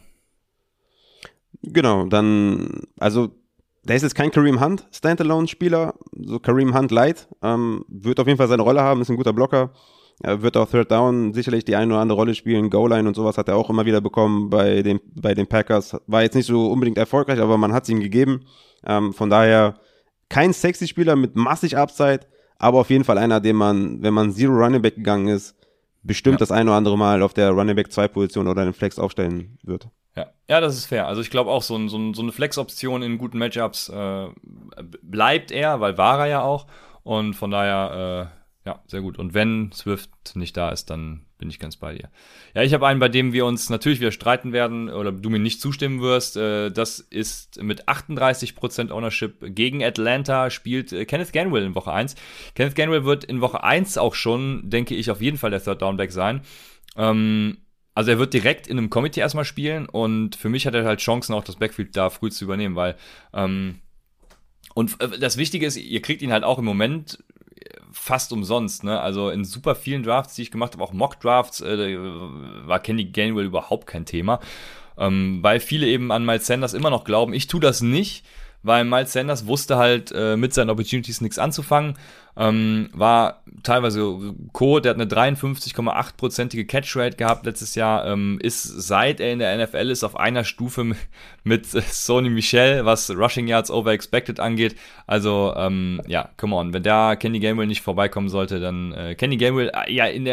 Genau, dann, also der ist jetzt kein Kareem Hunt Standalone-Spieler, so Kareem Hunt Light, wird auf jeden Fall seine Rolle haben, ist ein guter Blocker. Er wird auch Third Down sicherlich die eine oder andere Rolle spielen. Goal-Line und sowas hat er auch immer wieder bekommen bei den Packers. War jetzt nicht so unbedingt erfolgreich, aber man hat es ihm gegeben. Von daher kein sexy Spieler mit massig Upside, aber auf jeden Fall einer, den man, wenn man Zero Running Back gegangen ist, bestimmt das ein oder andere Mal auf der Running Back 2 Position oder den Flex aufstellen wird. Ja, das ist fair. Also ich glaube auch, so eine Flex-Option in guten Matchups bleibt er, weil war er ja auch. Und von daher ja, sehr gut. Und wenn Swift nicht da ist, dann bin ich ganz bei dir. Ja, ich habe einen, bei dem wir uns natürlich wieder streiten werden oder du mir nicht zustimmen wirst. Das ist mit 38% Ownership gegen Atlanta spielt Kenneth Gainwell in Woche 1. Kenneth Gainwell wird in Woche 1 auch schon, denke ich, auf jeden Fall der Third Down Back sein. Also er wird direkt in einem Committee erstmal spielen und für mich hat er halt Chancen, auch das Backfield da früh zu übernehmen, weil und das Wichtige ist, ihr kriegt ihn halt auch im Moment fast umsonst, ne? Also in super vielen Drafts, die ich gemacht habe, auch Mock-Drafts, war Kenny Gainwell überhaupt kein Thema. Weil viele eben an Miles Sanders immer noch glauben. Ich tue das nicht, weil Miles Sanders wusste halt mit seinen Opportunities nichts anzufangen. War teilweise der hat eine 53,8%ige Catchrate gehabt letztes Jahr, ist seit er in der NFL ist auf einer Stufe mit Sony Michel, was Rushing Yards over expected angeht. Also ja, come on, wenn da Kenny Gainwell nicht vorbeikommen sollte, dann Kenny Gainwell ja in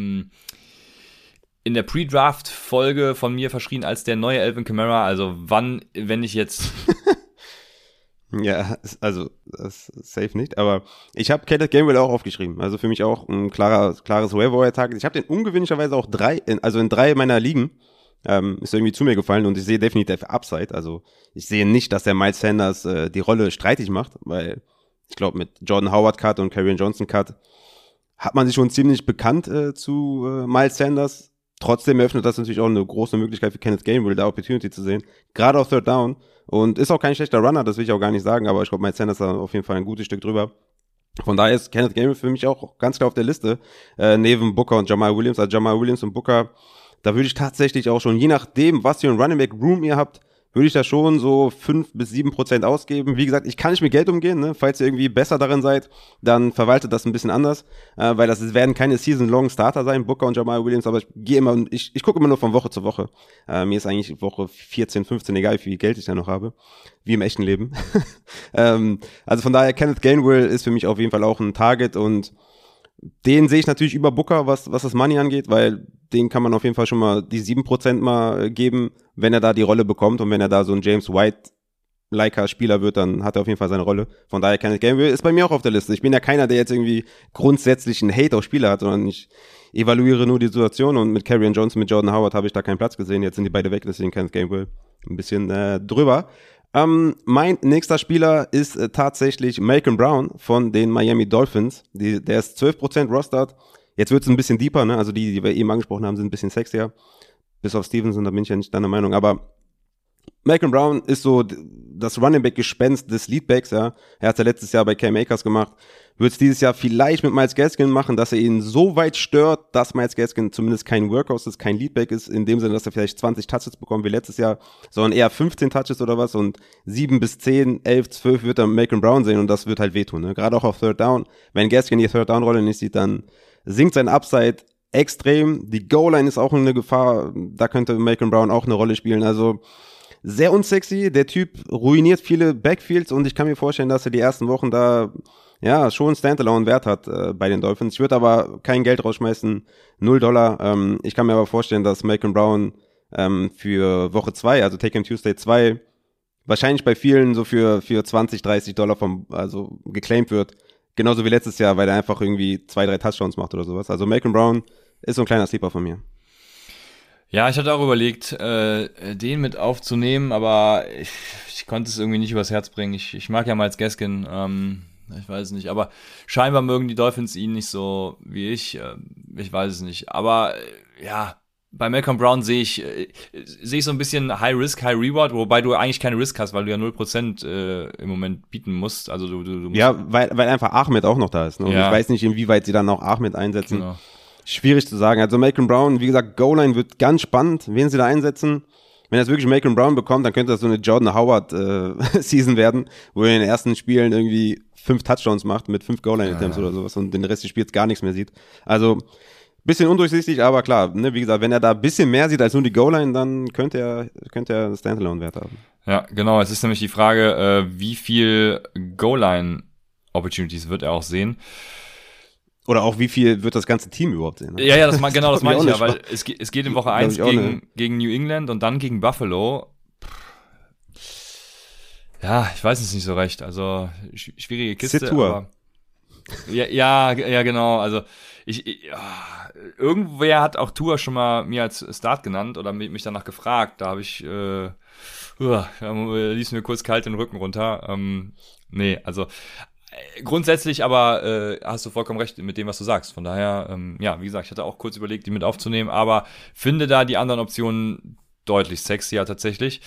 der Pre-Draft-Folge von mir verschrien als der neue Alvin Kamara. Also wann, wenn ich jetzt Ja, also das ist safe nicht, aber ich habe Kenneth Gainwell auch aufgeschrieben, also für mich auch ein klares Waiver-Target. Ich habe den ungewöhnlicherweise auch in 3 meiner Ligen ist irgendwie zu mir gefallen und ich sehe definitiv Upside, also ich sehe nicht, dass der Miles Sanders die Rolle streitig macht, weil ich glaube mit Jordan Howard Cut und Kerryon Johnson Cut hat man sich schon ziemlich bekannt zu Miles Sanders. Trotzdem eröffnet das natürlich auch eine große Möglichkeit für Kenneth Gainwell, da Opportunity zu sehen. Gerade auf Third Down. Und ist auch kein schlechter Runner, das will ich auch gar nicht sagen, aber ich glaube, Miles Sanders ist auf jeden Fall ein gutes Stück drüber. Von daher ist Kenneth Gainwell für mich auch ganz klar auf der Liste, neben Booker und Jamal Williams. Also Jamal Williams und Booker, da würde ich tatsächlich auch schon, je nachdem, was für ein Running Back Room ihr habt, würde ich da schon so 5-7% ausgeben. Wie gesagt, ich kann nicht mit Geld umgehen, ne? Falls ihr irgendwie besser darin seid, dann verwaltet das ein bisschen anders, weil das werden keine Season-long Starter sein, Booker und Jamal Williams, aber ich gucke immer nur von Woche zu Woche. Mir ist eigentlich Woche 14, 15 egal, wie viel Geld ich da noch habe, wie im echten Leben. Also von daher, Kenneth Gainwell ist für mich auf jeden Fall auch ein Target und den sehe ich natürlich über Booker, was das Money angeht, weil den kann man auf jeden Fall schon mal die 7% mal geben, wenn er da die Rolle bekommt und wenn er da so ein James White-liker Spieler wird, dann hat er auf jeden Fall seine Rolle. Von daher Kenneth Gainwell ist bei mir auch auf der Liste. Ich bin ja keiner, der jetzt irgendwie grundsätzlich einen Hate auf Spieler hat, sondern ich evaluiere nur die Situation und mit Kerryon Johnson, mit Jordan Howard habe ich da keinen Platz gesehen. Jetzt sind die beide weg, deswegen Kenneth Gainwell ein bisschen drüber. Mein nächster Spieler ist tatsächlich Malcolm Brown von den Miami Dolphins. Der ist 12% rostered. Jetzt wird es ein bisschen deeper, ne? Also die wir eben angesprochen haben, sind ein bisschen sexier. Bis auf Stevenson, da bin ich ja nicht deiner Meinung. Aber Malcolm Brown ist so das Running Back Gespenst des Leadbacks, ja. Er hat ja letztes Jahr bei Cam Akers gemacht. Wird es dieses Jahr vielleicht mit Myles Gaskin machen, dass er ihn so weit stört, dass Myles Gaskin zumindest kein Workhorse ist, kein Leadback ist, in dem Sinne, dass er vielleicht 20 Touches bekommt wie letztes Jahr, sondern eher 15 Touches oder was und 7 bis 10, 11, 12 wird er Malcolm Brown sehen und das wird halt wehtun, ne? Gerade auch auf Third Down. Wenn Gaskin die Third Down Rolle nicht sieht, dann sinkt sein Upside extrem. Die Goal-Line ist auch eine Gefahr, da könnte Malcolm Brown auch eine Rolle spielen, also sehr unsexy, der Typ ruiniert viele Backfields und ich kann mir vorstellen, dass er die ersten Wochen da ja schon Standalone-Wert hat bei den Dolphins. Ich würde aber kein Geld rausschmeißen, $0. Ich kann mir aber vorstellen, dass Malcolm Brown für Woche 2, also Take Him Tuesday 2, wahrscheinlich bei vielen so für $20-30 also geclaimed wird. Genauso wie letztes Jahr, weil er einfach irgendwie 2-3 Touchdowns macht oder sowas. Also Malcolm Brown ist so ein kleiner Sleeper von mir. Ja, ich hatte auch überlegt, den mit aufzunehmen, aber ich konnte es irgendwie nicht übers Herz bringen. Ich mag ja Myles Gaskin, ich weiß es nicht, aber scheinbar mögen die Dolphins ihn nicht so wie ich weiß es nicht. Aber ja, bei Malcolm Brown sehe ich so ein bisschen High Risk, High Reward, wobei du eigentlich keine Risk hast, weil du ja 0% im Moment bieten musst. Also du musst ja, weil einfach Ahmed auch noch da ist. Ne? Und ja. Ich weiß nicht, inwieweit sie dann auch Ahmed einsetzen. Genau. Schwierig zu sagen. Also Malcolm Brown, wie gesagt, Goal-Line wird ganz spannend, wen sie da einsetzen. Wenn das wirklich Malcolm Brown bekommt, dann könnte das so eine Jordan Howard Season werden, wo er in den ersten Spielen irgendwie 5 Touchdowns macht mit 5 Goal-Line-Attempts oder sowas und den Rest des Spiels gar nichts mehr sieht. Also bisschen undurchsichtig, aber klar, ne, wie gesagt, wenn er da ein bisschen mehr sieht als nur die Goal-Line, dann könnte er Standalone-Wert haben. Ja, genau. Es ist nämlich die Frage, wie viel Goal-Line-Opportunities wird er auch sehen. Oder auch wie viel wird das ganze Team überhaupt sehen? Ne? Ja, das meine ich ja, weil es geht in Woche 1 gegen New England und dann gegen Buffalo. Ja, ich weiß es nicht so recht. Also schwierige Kiste. Sit-Tour. Ja, genau. Also irgendwer hat auch Tua schon mal mir als Start genannt oder mich danach gefragt. Da habe ich ließ mir kurz kalt den Rücken runter. Nee, also grundsätzlich aber hast du vollkommen recht mit dem, was du sagst. Von daher, ja, wie gesagt, ich hatte auch kurz überlegt, die mit aufzunehmen, aber finde da die anderen Optionen deutlich sexier tatsächlich.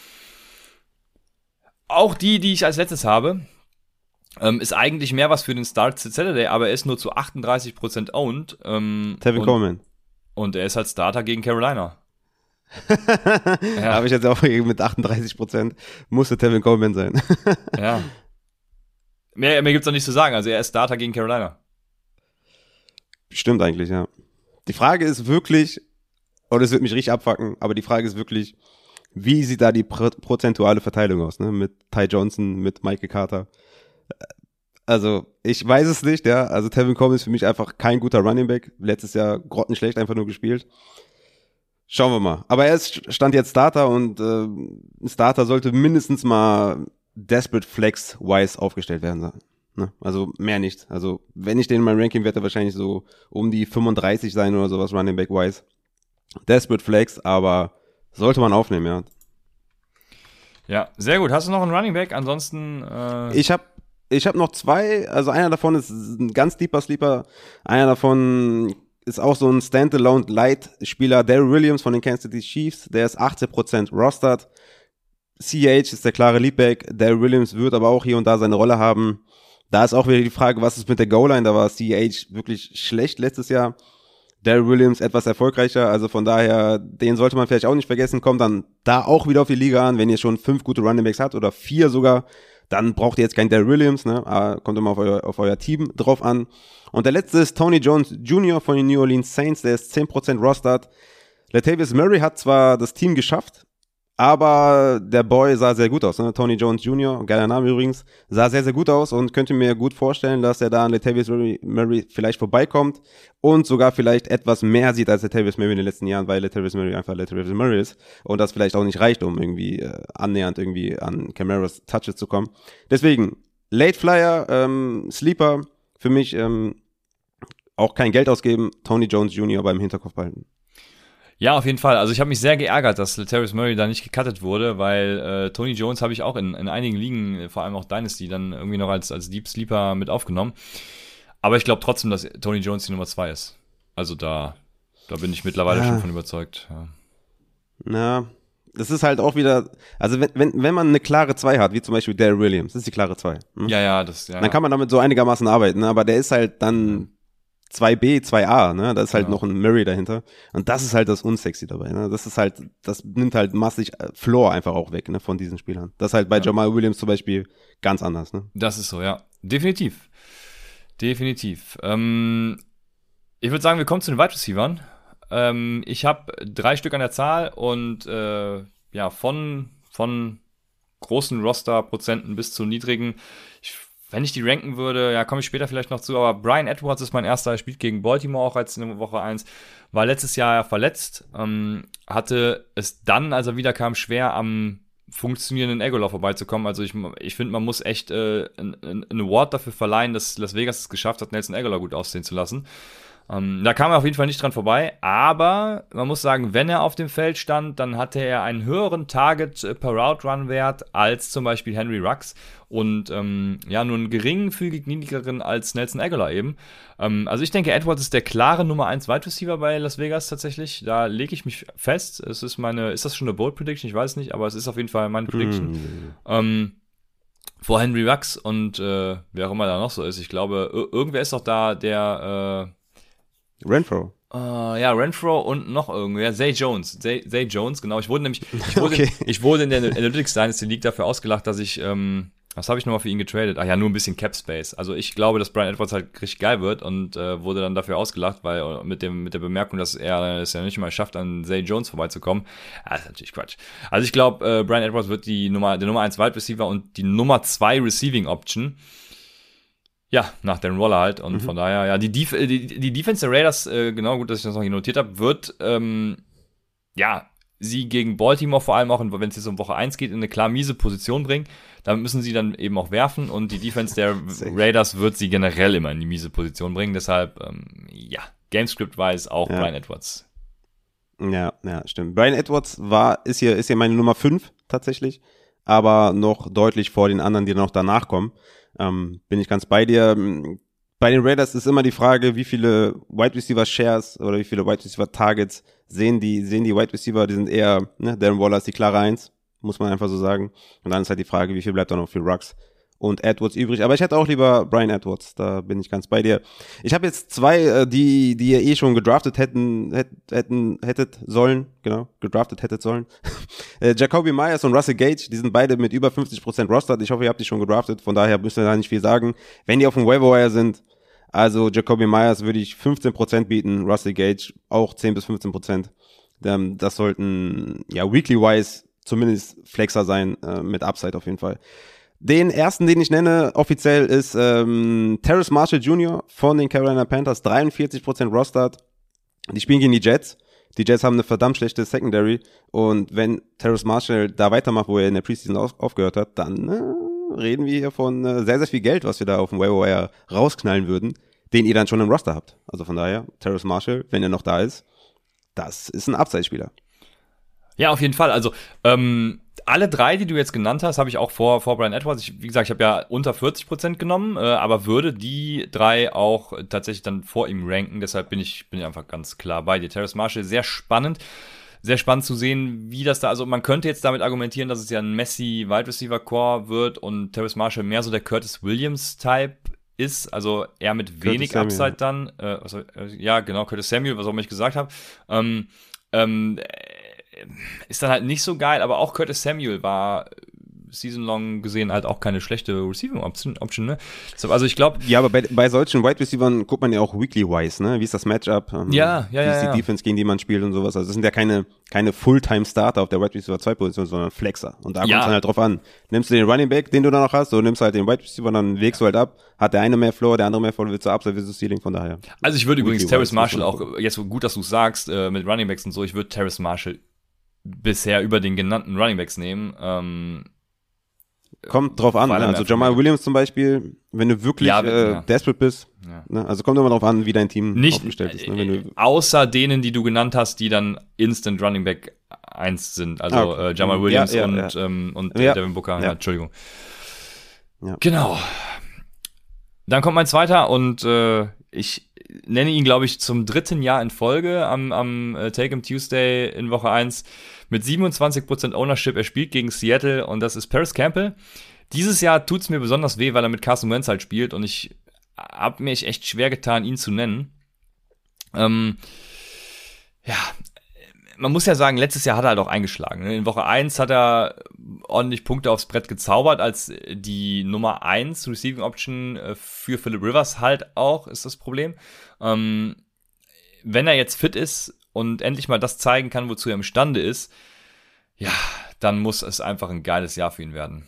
Auch die ich als letztes habe, ist eigentlich mehr was für den Start Saturday, aber er ist nur zu 38% owned. Tevin Coleman. Und er ist halt Starter gegen Carolina. Ja. Habe ich jetzt auch mit 38%. Musste Tevin Coleman sein. Ja. Mehr gibt's noch nicht zu sagen. Also er ist Starter gegen Carolina. Stimmt eigentlich, ja. Die Frage ist wirklich, und es wird mich richtig abfucken, aber die Frage ist wirklich, wie sieht da die prozentuale Verteilung aus, ne? Mit Ty Johnson, mit Michael Carter. Also, ich weiß es nicht, ja. Also Tevin Coleman ist für mich einfach kein guter Running Back. Letztes Jahr grottenschlecht, einfach nur gespielt. Schauen wir mal. Aber er stand jetzt Starter und ein Starter sollte mindestens mal Desperate Flex-wise aufgestellt werden. Ne? Also mehr nicht. Also wenn ich den in meinem Ranking werde, wahrscheinlich so um die 35 sein oder sowas, Running Back-wise. Desperate Flex, aber sollte man aufnehmen, ja. Ja, sehr gut. Hast du noch einen Running Back? Ansonsten Ich Ich habe noch zwei, also einer davon ist ein ganz deeper Sleeper, einer davon ist auch so ein Standalone-Light-Spieler, Daryl Williams von den Kansas City Chiefs, der ist 18% rostered. CH ist der klare Leadback, Daryl Williams wird aber auch hier und da seine Rolle haben. Da ist auch wieder die Frage, was ist mit der Goal-Line, da war CH wirklich schlecht letztes Jahr. Daryl Williams etwas erfolgreicher, also von daher, den sollte man vielleicht auch nicht vergessen, kommt dann da auch wieder auf die Liga an, wenn ihr schon 5 gute Running Backs habt oder 4 sogar, dann braucht ihr jetzt keinen Daryl Williams, ne? Kommt immer auf euer Team drauf an. Und der letzte ist Tony Jones Jr. von den New Orleans Saints, der ist 10% rostered. Latavius Murray hat zwar das Team geschafft, aber der Boy sah sehr gut aus, ne? Tony Jones Jr., geiler Name übrigens, sah sehr, sehr gut aus und könnte mir gut vorstellen, dass er da an Latavius Murray vielleicht vorbeikommt und sogar vielleicht etwas mehr sieht als Latavius Murray in den letzten Jahren, weil Latavius Murray einfach Latavius Murray ist und das vielleicht auch nicht reicht, um irgendwie annähernd irgendwie an Camaras Touches zu kommen. Deswegen, Late Flyer, Sleeper, für mich auch kein Geld ausgeben, Tony Jones Jr. beim Hinterkopf behalten. Ja, auf jeden Fall. Also ich habe mich sehr geärgert, dass Latavius Murray da nicht gecuttet wurde, weil Tony Jones habe ich auch in einigen Ligen, vor allem auch Dynasty, dann irgendwie noch als Deep Sleeper mit aufgenommen. Aber ich glaube trotzdem, dass Tony Jones die Nummer 2 ist. Also da bin ich mittlerweile schon von überzeugt. Ja, das ist halt auch wieder, also wenn man eine klare 2 hat, wie zum Beispiel Daryl Williams, das ist die klare 2. Ja. Dann kann man damit so einigermaßen arbeiten, ne? Aber der ist halt dann 2B, 2A, ne? Da ist halt noch ein Murray dahinter. Und das ist halt das Unsexy dabei, ne? Das nimmt halt massig Floor einfach auch weg, ne? Von diesen Spielern. Das ist halt bei Jamal Williams zum Beispiel ganz anders, ne? Das ist so, ja. Definitiv. Ich würde sagen, wir kommen zu den Wide Receivern. Ich habe 3 Stück an der Zahl und von großen Roster-Prozenten bis zu niedrigen. Wenn ich die ranken würde, ja, komme ich später vielleicht noch zu, aber Bryan Edwards ist mein erster, er spielt gegen Baltimore auch als in Woche 1, war letztes Jahr verletzt, hatte es dann, als er wiederkam, schwer am funktionierenden Aguilar vorbeizukommen. Also ich finde, man muss echt einen Award dafür verleihen, dass Las Vegas es geschafft hat, Nelson Aguilar gut aussehen zu lassen. Da kam er auf jeden Fall nicht dran vorbei, aber man muss sagen, wenn er auf dem Feld stand, dann hatte er einen höheren Target-per-Route-Run-Wert als zum Beispiel Henry Ruggs und nur einen geringfügig niedrigeren als Nelson Aguilar eben. Also ich denke, Edwards ist der klare Nummer 1 Wide Receiver bei Las Vegas tatsächlich. Da lege ich mich fest. Ist das schon eine Bold Prediction? Ich weiß es nicht, aber es ist auf jeden Fall meine Prediction. Vor Henry Ruggs und wer auch immer da noch so ist. Ich glaube, irgendwer ist doch da, der Renfrow. Renfrow und noch irgendwer. Zay Jones, genau. Ich wurde in der Analytics Dynasty League dafür ausgelacht, dass ich, was habe ich nochmal für ihn getradet? Nur ein bisschen Cap Space. Also ich glaube, dass Bryan Edwards halt richtig geil wird und wurde dann dafür ausgelacht, weil mit der Bemerkung, dass er es ja nicht mal schafft, an Zay Jones vorbeizukommen. Das ist natürlich Quatsch. Also ich glaube, Bryan Edwards wird der Nummer 1 Wide Receiver und die Nummer 2 Receiving Option. Ja, nach Dan Waller halt. Und von daher, ja, die Defense der Raiders, genau, gut, dass ich das noch hier notiert habe, wird, sie gegen Baltimore vor allem auch, wenn es jetzt um Woche 1 geht, in eine klar miese Position bringen. Damit müssen sie dann eben auch werfen und die Defense der Raiders wird sie generell immer in die miese Position bringen. Deshalb, Gamescript-wise auch Bryan Edwards. Ja, stimmt. Bryan Edwards ist hier meine Nummer 5 tatsächlich, aber noch deutlich vor den anderen, die noch danach kommen. Bin ich ganz bei dir. Bei den Raiders ist immer die Frage, wie viele Wide Receiver Shares oder wie viele Wide Receiver Targets sehen die Wide Receiver, die sind eher, ne, Darren Waller ist die klare 1, muss man einfach so sagen. Und dann ist halt die Frage, wie viel bleibt da noch für Ruggs und Edwards übrig. Aber ich hätte auch lieber Bryan Edwards, da bin ich ganz bei dir. Ich habe jetzt 2, die ihr schon gedraftet hättet sollen. Jacoby Myers und Russell Gage, die sind beide mit über 50% rostered. Ich hoffe, ihr habt die schon gedraftet, von daher müsst ihr da nicht viel sagen. Wenn die auf dem Waiver Wire sind, also Jacoby Myers würde ich 15% bieten, Russell Gage auch 10-15%. Das sollten, weekly-wise zumindest Flexer sein, mit Upside auf jeden Fall. Den ersten, den ich nenne, offiziell ist Terrace Marshall Jr. von den Carolina Panthers, 43% rostered. Die spielen gegen die Jets. Die Jets haben eine verdammt schlechte Secondary und wenn Terrace Marshall da weitermacht, wo er in der Preseason aufgehört hat, dann reden wir hier von sehr, sehr viel Geld, was wir da auf dem Waiver Wire rausknallen würden, den ihr dann schon im Roster habt. Also von daher, Terrace Marshall, wenn er noch da ist, das ist ein Upside-Spieler. Ja, auf jeden Fall. Also, Alle drei, die du jetzt genannt hast, habe ich auch vor Brian Edwards. Wie gesagt, ich habe ja unter 40% genommen, aber würde die drei auch tatsächlich dann vor ihm ranken. Deshalb bin ich einfach ganz klar bei dir. Terrace Marshall, sehr spannend zu sehen, wie das da, also man könnte jetzt damit argumentieren, dass es ja ein Messi-Wide Receiver Core wird und Terrace Marshall mehr so der Curtis Williams-Type ist, also eher mit wenig Curtis Upside dann. Ja, genau, Curtis Samuel, was auch immer ich gesagt habe. Ist dann halt nicht so geil, aber auch Curtis Samuel war season-long gesehen halt auch keine schlechte Receiving-Option, ne? Also ich glaube... Ja, aber bei solchen Wide Receivern guckt man ja auch weekly-wise, ne? Wie ist das Matchup? Wie ist die Defense, gegen die man spielt und sowas. Also das sind ja keine Fulltime-Starter auf der Wide Receiver 2-Position, sondern Flexer. Und da kommt es dann halt drauf an. Nimmst du den Running Back, den du da noch hast, oder nimmst halt den Wide Receiver, dann wägst du halt ab. Hat der eine mehr Floor, der andere mehr Floor, willst du Upside, willst du Ceiling, von daher. Also ich würde übrigens Terrace Marshall auch, jetzt gut, dass du sagst, mit Running Backs und so, ich würde Terrace Marshall bisher über den genannten Running Backs nehmen. Kommt drauf an, ne? Also Jamal Williams zum Beispiel, wenn du wirklich desperate bist, ne? Also kommt immer drauf an, wie dein Team aufgestellt ist. Ne? Wenn du außer denen, die du genannt hast, die dann Instant Running Back 1 sind, also Jamal Williams und Devin Booker, Entschuldigung. Ja. Genau. Dann kommt mein zweiter und ich nenne ihn, glaube ich, zum 3. Jahr in Folge am Take-Em Tuesday in Woche 1 mit 27% Ownership. Er spielt gegen Seattle und das ist Paris Campbell. Dieses Jahr tut es mir besonders weh, weil er mit Carson Wentz halt spielt und ich habe mir echt schwer getan, ihn zu nennen. Man muss ja sagen, letztes Jahr hat er halt auch eingeschlagen. In Woche 1 hat er ordentlich Punkte aufs Brett gezaubert, als die Nummer 1 Receiving Option für Phillip Rivers halt auch, ist das Problem. Wenn er jetzt fit ist und endlich mal das zeigen kann, wozu er imstande ist, ja, dann muss es einfach ein geiles Jahr für ihn werden.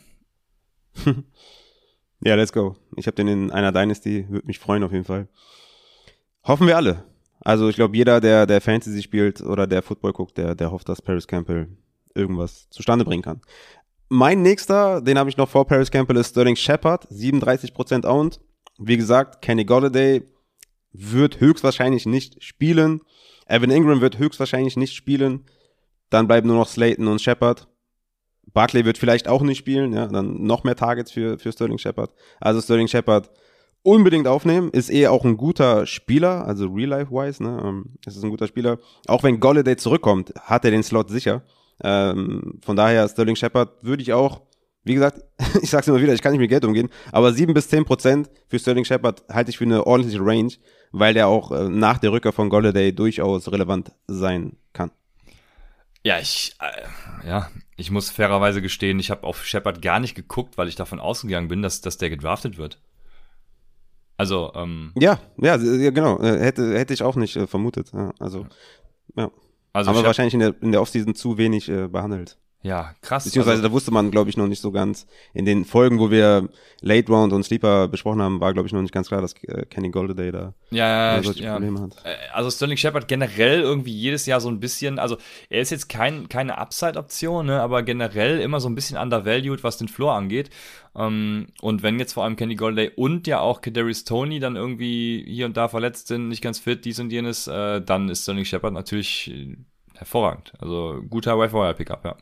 Ja, let's go. Ich habe den in einer Dynasty, würde mich freuen auf jeden Fall. Hoffen wir alle. Also ich glaube, jeder, der Fantasy spielt oder der Football guckt, der hofft, dass Paris Campbell irgendwas zustande bringen kann. Mein nächster, den habe ich noch vor Paris Campbell, ist Sterling Shepard, 37% owned. Wie gesagt, Kenny Golladay wird höchstwahrscheinlich nicht spielen. Evan Ingram wird höchstwahrscheinlich nicht spielen. Dann bleiben nur noch Slayton und Shepard. Barkley wird vielleicht auch nicht spielen. Ja, dann noch mehr Targets für Sterling Shepard. Also Sterling Shepard unbedingt aufnehmen. Ist auch ein guter Spieler, also real-life-wise. Ne? Ist ein guter Spieler. Auch wenn Golladay zurückkommt, hat er den Slot sicher. Von daher Sterling Shepard würde ich auch, wie gesagt, ich sag's immer wieder, ich kann nicht mit Geld umgehen, aber 7-10% für Sterling Shepard halte ich für eine ordentliche Range, weil der auch nach der Rückkehr von Golladay durchaus relevant sein kann. Ja, ich muss fairerweise gestehen, ich habe auf Shepard gar nicht geguckt, weil ich davon ausgegangen bin, dass der gedraftet wird. Also, Ja, genau. Hätte ich auch nicht vermutet. Ja, also, ja. Also haben wir wahrscheinlich in der Offseason zu wenig behandelt. Ja, krass. Beziehungsweise da wusste man, glaube ich, noch nicht so ganz. In den Folgen, wo wir Late Round und Sleeper besprochen haben, war, glaube ich, noch nicht ganz klar, dass Kenny Golladay da solche Probleme hat. Also Sterling Shepard generell irgendwie jedes Jahr so ein bisschen, also er ist jetzt keine Upside-Option, ne, aber generell immer so ein bisschen undervalued, was den Floor angeht. Und wenn jetzt vor allem Kenny Golladay und ja auch Kadarius Toney dann irgendwie hier und da verletzt sind, nicht ganz fit, dies und jenes, dann ist Sterling Shepard natürlich hervorragend. Also guter Wire-Pickup, ja.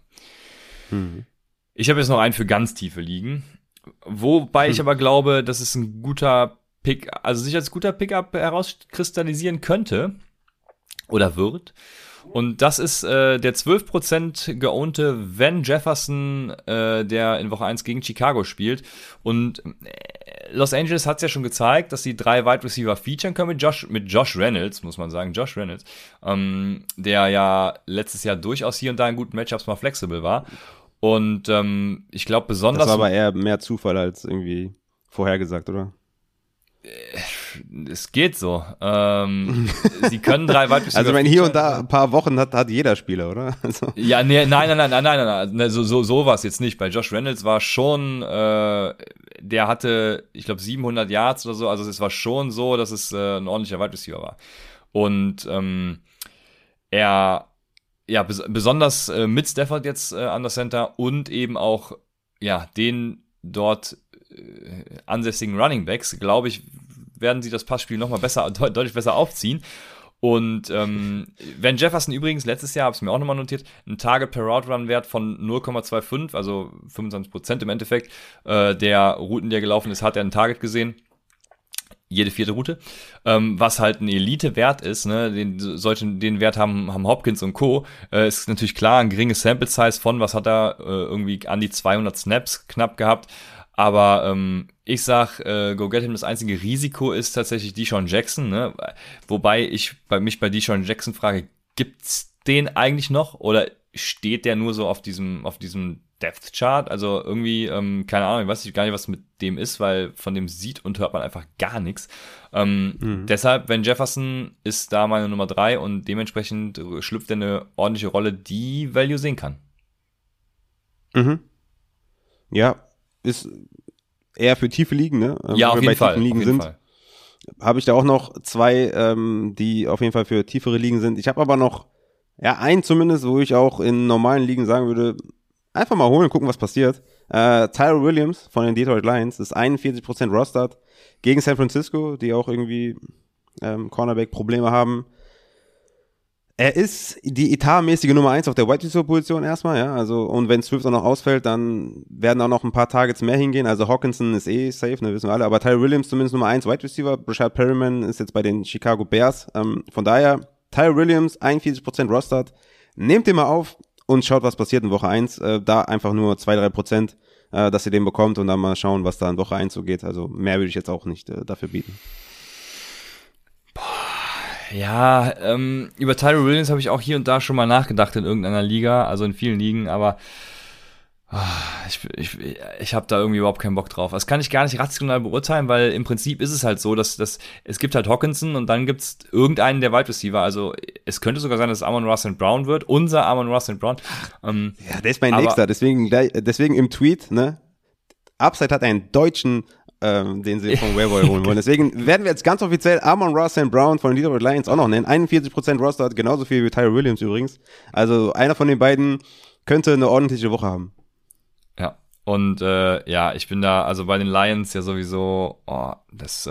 Ich habe jetzt noch einen für ganz tiefe Ligen, wobei ich aber glaube, dass es ein guter Pick, also sich als guter Pickup herauskristallisieren könnte oder wird. Und das ist der 12% geownte Van Jefferson, der in Woche 1 gegen Chicago spielt. Und Los Angeles hat es ja schon gezeigt, dass sie 3 Wide Receiver featuren können mit Josh Reynolds, muss man sagen, Josh Reynolds, der ja letztes Jahr durchaus hier und da in guten Matchups mal flexibel war. Und ich glaube besonders... Das war aber eher mehr Zufall als irgendwie vorhergesagt, oder? Es geht so. Sie können 3 Wide Receiver. Also ich meine, hier und da ein paar Wochen hat jeder Spieler, oder? Also. Ja, nee, nein. So war es jetzt nicht. Bei Josh Reynolds war schon, der hatte, ich glaube, 700 Yards oder so. Also es war schon so, dass es ein ordentlicher Wide Receiver war. Und er, ja, besonders mit Stafford jetzt an der Center und eben auch, ja, den dort ansässigen Running Backs, glaube ich, werden sie das Passspiel nochmal deutlich besser aufziehen. Und Van Jefferson übrigens, letztes Jahr, habe ich mir auch nochmal notiert, ein Target per Route Run Wert von 0,25, also 25% im Endeffekt. Der Routen, die er gelaufen ist, hat er ein Target gesehen. Jede 4. Route. Was halt ein Elite-Wert ist, ne, den Wert haben Hopkins und Co. Ist natürlich klar, ein geringes Sample-Size von, was hat er, irgendwie an die 200 Snaps knapp gehabt. Aber ich sag, Go Get Him, das einzige Risiko ist tatsächlich Deshaun Jackson, ne? Wobei ich mich bei Deshaun Jackson frage, gibt's den eigentlich noch oder steht der nur so auf diesem Depth Chart? Also irgendwie, keine Ahnung, ich weiß gar nicht, was mit dem ist, weil von dem sieht und hört man einfach gar nichts. Deshalb, Van Jefferson ist da meine Nummer 3 und dementsprechend schlüpft er eine ordentliche Rolle, die Value sehen kann. Ja, ist eher für tiefe Ligen, ne? Ja, auf jeden Fall. Habe ich da auch noch 2, die auf jeden Fall für tiefere Ligen sind. Ich habe aber noch, einen zumindest, wo ich auch in normalen Ligen sagen würde, einfach mal holen, gucken, was passiert. Tyrell Williams von den Detroit Lions ist 41% rostered gegen San Francisco, die auch irgendwie Cornerback-Probleme haben. Er ist die etatmäßige Nummer 1 auf der Wide Receiver-Position erstmal, ja, also, und wenn Swift auch noch ausfällt, dann werden auch noch ein paar Targets mehr hingehen, also Hawkinson ist safe, ne, wissen wir alle, aber Tyrell Williams zumindest Nummer 1 Wide Receiver, Brashad Perriman ist jetzt bei den Chicago Bears, von daher, Tyrell Williams, 41% rostered, nehmt den mal auf und schaut, was passiert in Woche 1, da einfach nur 2-3%, dass ihr den bekommt und dann mal schauen, was da in Woche 1 so geht, also mehr würde ich jetzt auch nicht dafür bieten. Ja, über Tyrell Williams habe ich auch hier und da schon mal nachgedacht in irgendeiner Liga, also in vielen Ligen, aber ich habe da irgendwie überhaupt keinen Bock drauf. Das kann ich gar nicht rational beurteilen, weil im Prinzip ist es halt so, dass es gibt halt Hawkinson und dann gibt's irgendeinen der Wide Receiver. Also es könnte sogar sein, dass es Amon-Ra St. Brown wird, unser Amon-Ra St. Brown. Ja, der ist mein Nächster, deswegen im Tweet, ne, Upside hat einen deutschen den sie vom Waiver holen wollen. Deswegen werden wir jetzt ganz offiziell Amon-Ra St. Brown von den Detroit Lions auch noch nennen. 41% Roster hat genauso viel wie Tyrell Williams übrigens. Also einer von den beiden könnte eine ordentliche Woche haben. Ja, und ich bin da, also bei den Lions ja sowieso, das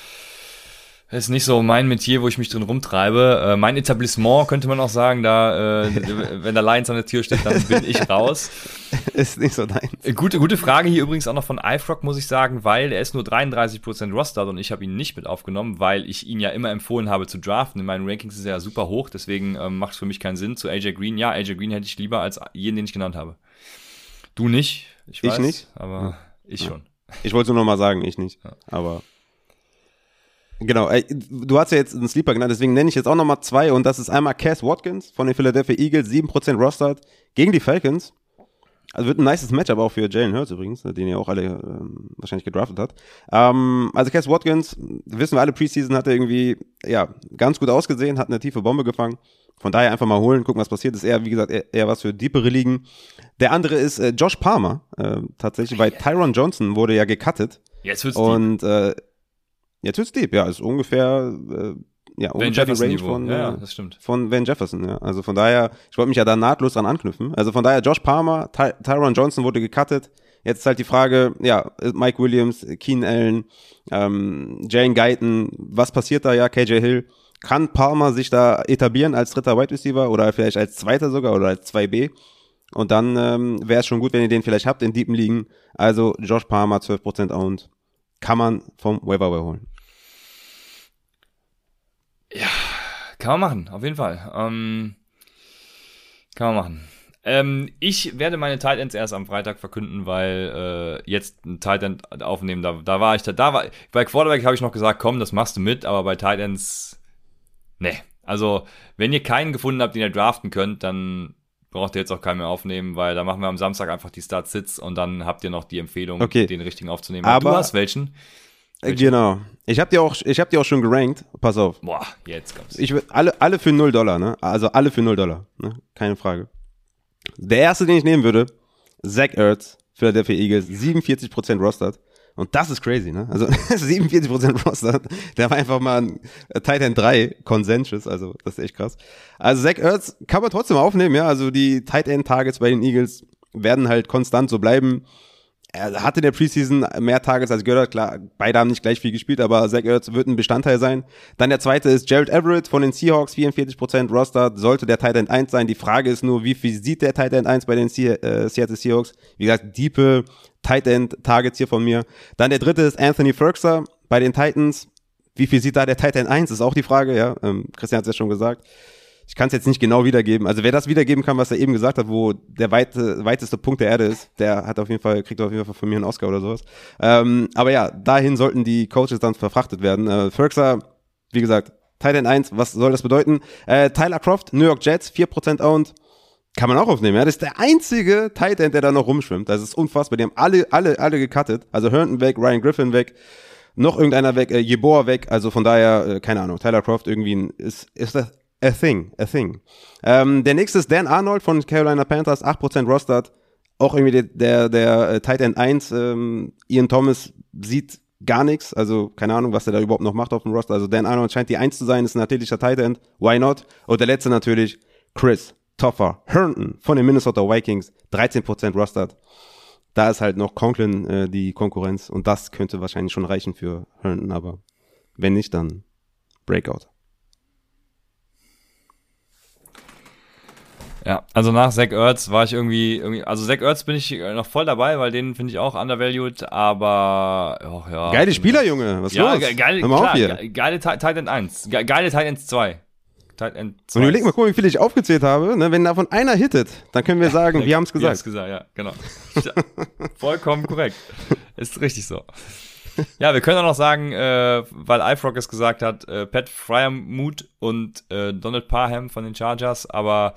ist nicht so mein Metier, wo ich mich drin rumtreibe. Mein Etablissement könnte man auch sagen, da wenn der Lions an der Tür steht, dann bin ich raus. Ist nicht so deins. Gute Frage hier übrigens auch noch von iFrog, muss ich sagen, weil er ist nur 33% rostered und ich habe ihn nicht mit aufgenommen, weil ich ihn ja immer empfohlen habe zu draften. In meinen Rankings ist er ja super hoch, deswegen macht es für mich keinen Sinn. Zu AJ Green, ja, AJ Green hätte ich lieber als jeden, den ich genannt habe. Du nicht, ich weiß, nicht, aber ich schon. Ich wollte es nur noch mal sagen, ich nicht, aber genau, du hast ja jetzt einen Sleeper genannt, deswegen nenne ich jetzt auch nochmal 2 und das ist einmal Cass Watkins von den Philadelphia Eagles, 7% rostered gegen die Falcons. Also wird ein nices Matchup auch für Jalen Hurts übrigens, den ihr auch alle wahrscheinlich gedraftet hat. Also Cass Watkins, wissen wir alle, Preseason hat er irgendwie ganz gut ausgesehen, hat eine tiefe Bombe gefangen. Von daher einfach mal holen, gucken, was passiert. Ist eher, wie gesagt, eher was für deepere Ligen. Der andere ist Josh Palmer, tatsächlich, weil Tyron Johnson wurde ja gecuttet. Jetzt wird's und jetzt wird's deep, ja, ist ungefähr ungefähr die Range von, das stimmt. Von Van Jefferson, ja. Also von daher, ich wollte mich ja da nahtlos dran anknüpfen. Also von daher, Josh Palmer, Tyron Johnson wurde gecuttet. Jetzt ist halt die Frage, Mike Williams, Keenan Allen, Jalen Guyton, was passiert da? Ja, KJ Hill. Kann Palmer sich da etablieren als dritter Wide Receiver oder vielleicht als zweiter sogar oder als 2B? Und dann wäre es schon gut, wenn ihr den vielleicht habt in deepen Ligen. Also Josh Palmer, 12% owned. Kann man vom Waiver holen. Ja, kann man machen, auf jeden Fall. Kann man machen. Ich werde meine Tight Ends erst am Freitag verkünden, weil jetzt ein Tight End aufnehmen, da war bei Quarterback habe ich noch gesagt, komm, das machst du mit, aber bei Tight Ends, nee. Also, wenn ihr keinen gefunden habt, den ihr draften könnt, dann braucht ihr jetzt auch keinen mehr aufnehmen, weil da machen wir am Samstag einfach die Start-Sits und dann habt ihr noch die Empfehlung, den richtigen aufzunehmen. Aber du hast welchen? Genau. Ich hab die auch schon gerankt. Pass auf. Boah, jetzt kommt's. Ich würde alle für $0, ne? Also alle für $0, ne? Keine Frage. Der erste, den ich nehmen würde, Zach Ertz, Philadelphia Eagles, 47% rostered. Und das ist crazy, ne? Also 47% rostered. Der war einfach mal ein Tight End 3 Consensus, also das ist echt krass. Also Zach Ertz kann man trotzdem aufnehmen, ja? Also die Tight End Targets bei den Eagles werden halt konstant so bleiben. er hatte in der Preseason mehr Targets als Goddard, klar, beide haben nicht gleich viel gespielt, aber Zach Ertz wird ein Bestandteil sein. Dann der zweite ist Gerald Everett von den Seahawks, 44% Roster, sollte der Tight End 1 sein. Die Frage ist nur, wie viel sieht der Tight End 1 bei den Seattle Seahawks? Wie gesagt, diepe Tight End Targets hier von mir. Dann der dritte ist Anthony Ferguson bei den Titans. Wie viel sieht da der Tight End 1? Ist auch die Frage, ja. Christian hat es ja schon gesagt. Ich kann es jetzt nicht genau wiedergeben. Also wer das wiedergeben kann, was er eben gesagt hat, wo der weiteste Punkt der Erde ist, der hat kriegt auf jeden Fall von mir einen Oscar oder sowas. Aber ja, dahin sollten die Coaches dann verfrachtet werden. Ferguson, wie gesagt, Tight End 1, was soll das bedeuten? Tyler Kroft, New York Jets, 4% owned. Kann man auch aufnehmen, ja. Das ist der einzige Tight End, der da noch rumschwimmt. Das ist unfassbar. Die haben alle gecuttet. Also Herndon weg, Ryan Griffin weg, noch irgendeiner weg, Yeboah weg. Also von daher, keine Ahnung, Tyler Kroft irgendwie ist das a thing. Der nächste ist Dan Arnold von Carolina Panthers, 8% rostered. Auch irgendwie der Tight End 1. Ian Thomas sieht gar nichts. Also keine Ahnung, was er da überhaupt noch macht auf dem Roster. Also Dan Arnold scheint die 1 zu sein, ist ein athletischer Tight End. Why not? Und der letzte natürlich, Chris Topher Herndon von den Minnesota Vikings, 13% rostered. Da ist halt noch Conklin die Konkurrenz. Und das könnte wahrscheinlich schon reichen für Herndon. Aber wenn nicht, dann Breakout. Ja, also nach Zach Ertz war ich irgendwie, also Zach Ertz bin ich noch voll dabei, weil den finde ich auch undervalued, aber, oh, ja. Geile Spieler, Junge, was ja, los? Geile, Hör mal klar, auf hier. Geile Tight End 1, geile Tight End 2. Tight End 2. Und überleg mal, guck, wie viele ich aufgezählt habe, ne? Wenn davon einer hittet, dann können wir sagen, wir haben es gesagt. Ja, genau. Ja, vollkommen korrekt. Ist richtig so. Ja, wir können auch noch sagen, weil iFrog es gesagt hat, Pat Freiermuth und Donald Parham von den Chargers, aber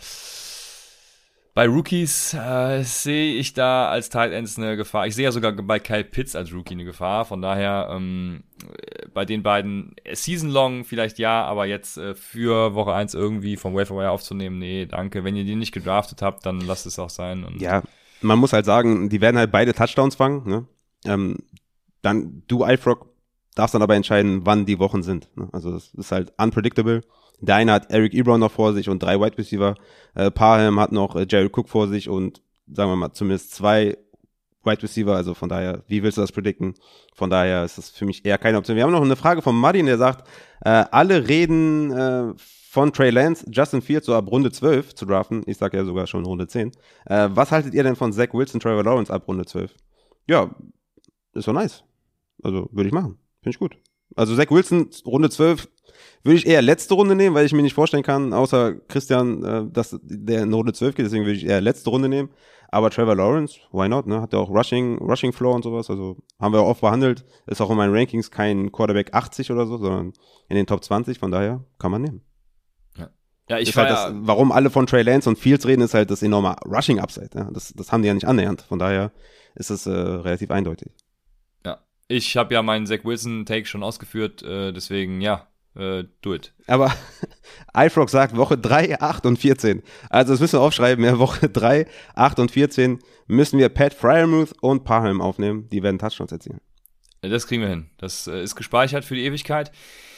bei Rookies sehe ich da als Tight Ends eine Gefahr. Ich sehe ja sogar bei Kyle Pitts als Rookie eine Gefahr. Von daher bei den beiden Season Long vielleicht ja, aber jetzt für Woche 1 irgendwie vom Waiver Wire aufzunehmen, nee, danke. Wenn ihr die nicht gedraftet habt, dann lasst es auch sein. Und ja, man muss halt sagen, die werden halt beide Touchdowns fangen. Ne? Dann du, iFrog, darfst dann aber entscheiden, wann die Wochen sind. Ne? Also das ist halt unpredictable. Der eine hat Eric Ebron noch vor sich und 3 Wide Receiver. Parham hat noch Jared Cook vor sich und sagen wir mal zumindest 2 Wide Receiver. Also von daher, wie willst du das predikten? Von daher ist das für mich eher keine Option. Wir haben noch eine Frage von Martin, der sagt, alle reden von Trey Lance, Justin Fields so ab Runde 12 zu draften. Ich sage ja sogar schon Runde 10. Was haltet ihr denn von Zach Wilson, Trevor Lawrence ab Runde 12? Ja, ist doch nice. Also würde ich machen. Finde ich gut. Also Zach Wilson, Runde 12, würde ich eher letzte Runde nehmen, weil ich mir nicht vorstellen kann, außer Christian, dass der in Runde 12 geht, deswegen würde ich eher letzte Runde nehmen. Aber Trevor Lawrence, why not, ne? Hat ja auch Rushing Floor und sowas, also haben wir auch oft behandelt. Ist auch in meinen Rankings kein Quarterback 80 oder so, sondern in den Top 20, von daher kann man nehmen. Ja, ich ist halt warum alle von Trey Lance und Fields reden, ist halt das enorme Rushing Upside. Ja? Das haben die ja nicht annähernd, von daher ist es relativ eindeutig. Ja, ich habe ja meinen Zach Wilson-Take schon ausgeführt, deswegen ja. Do it. Aber iFrog sagt Woche 3, 8 und 14. Also das müssen wir aufschreiben. Ja, Woche 3, 8 und 14 müssen wir Pat Freiermuth und Parham aufnehmen. Die werden Touchdowns erzielen. Das kriegen wir hin. Das ist gespeichert für die Ewigkeit.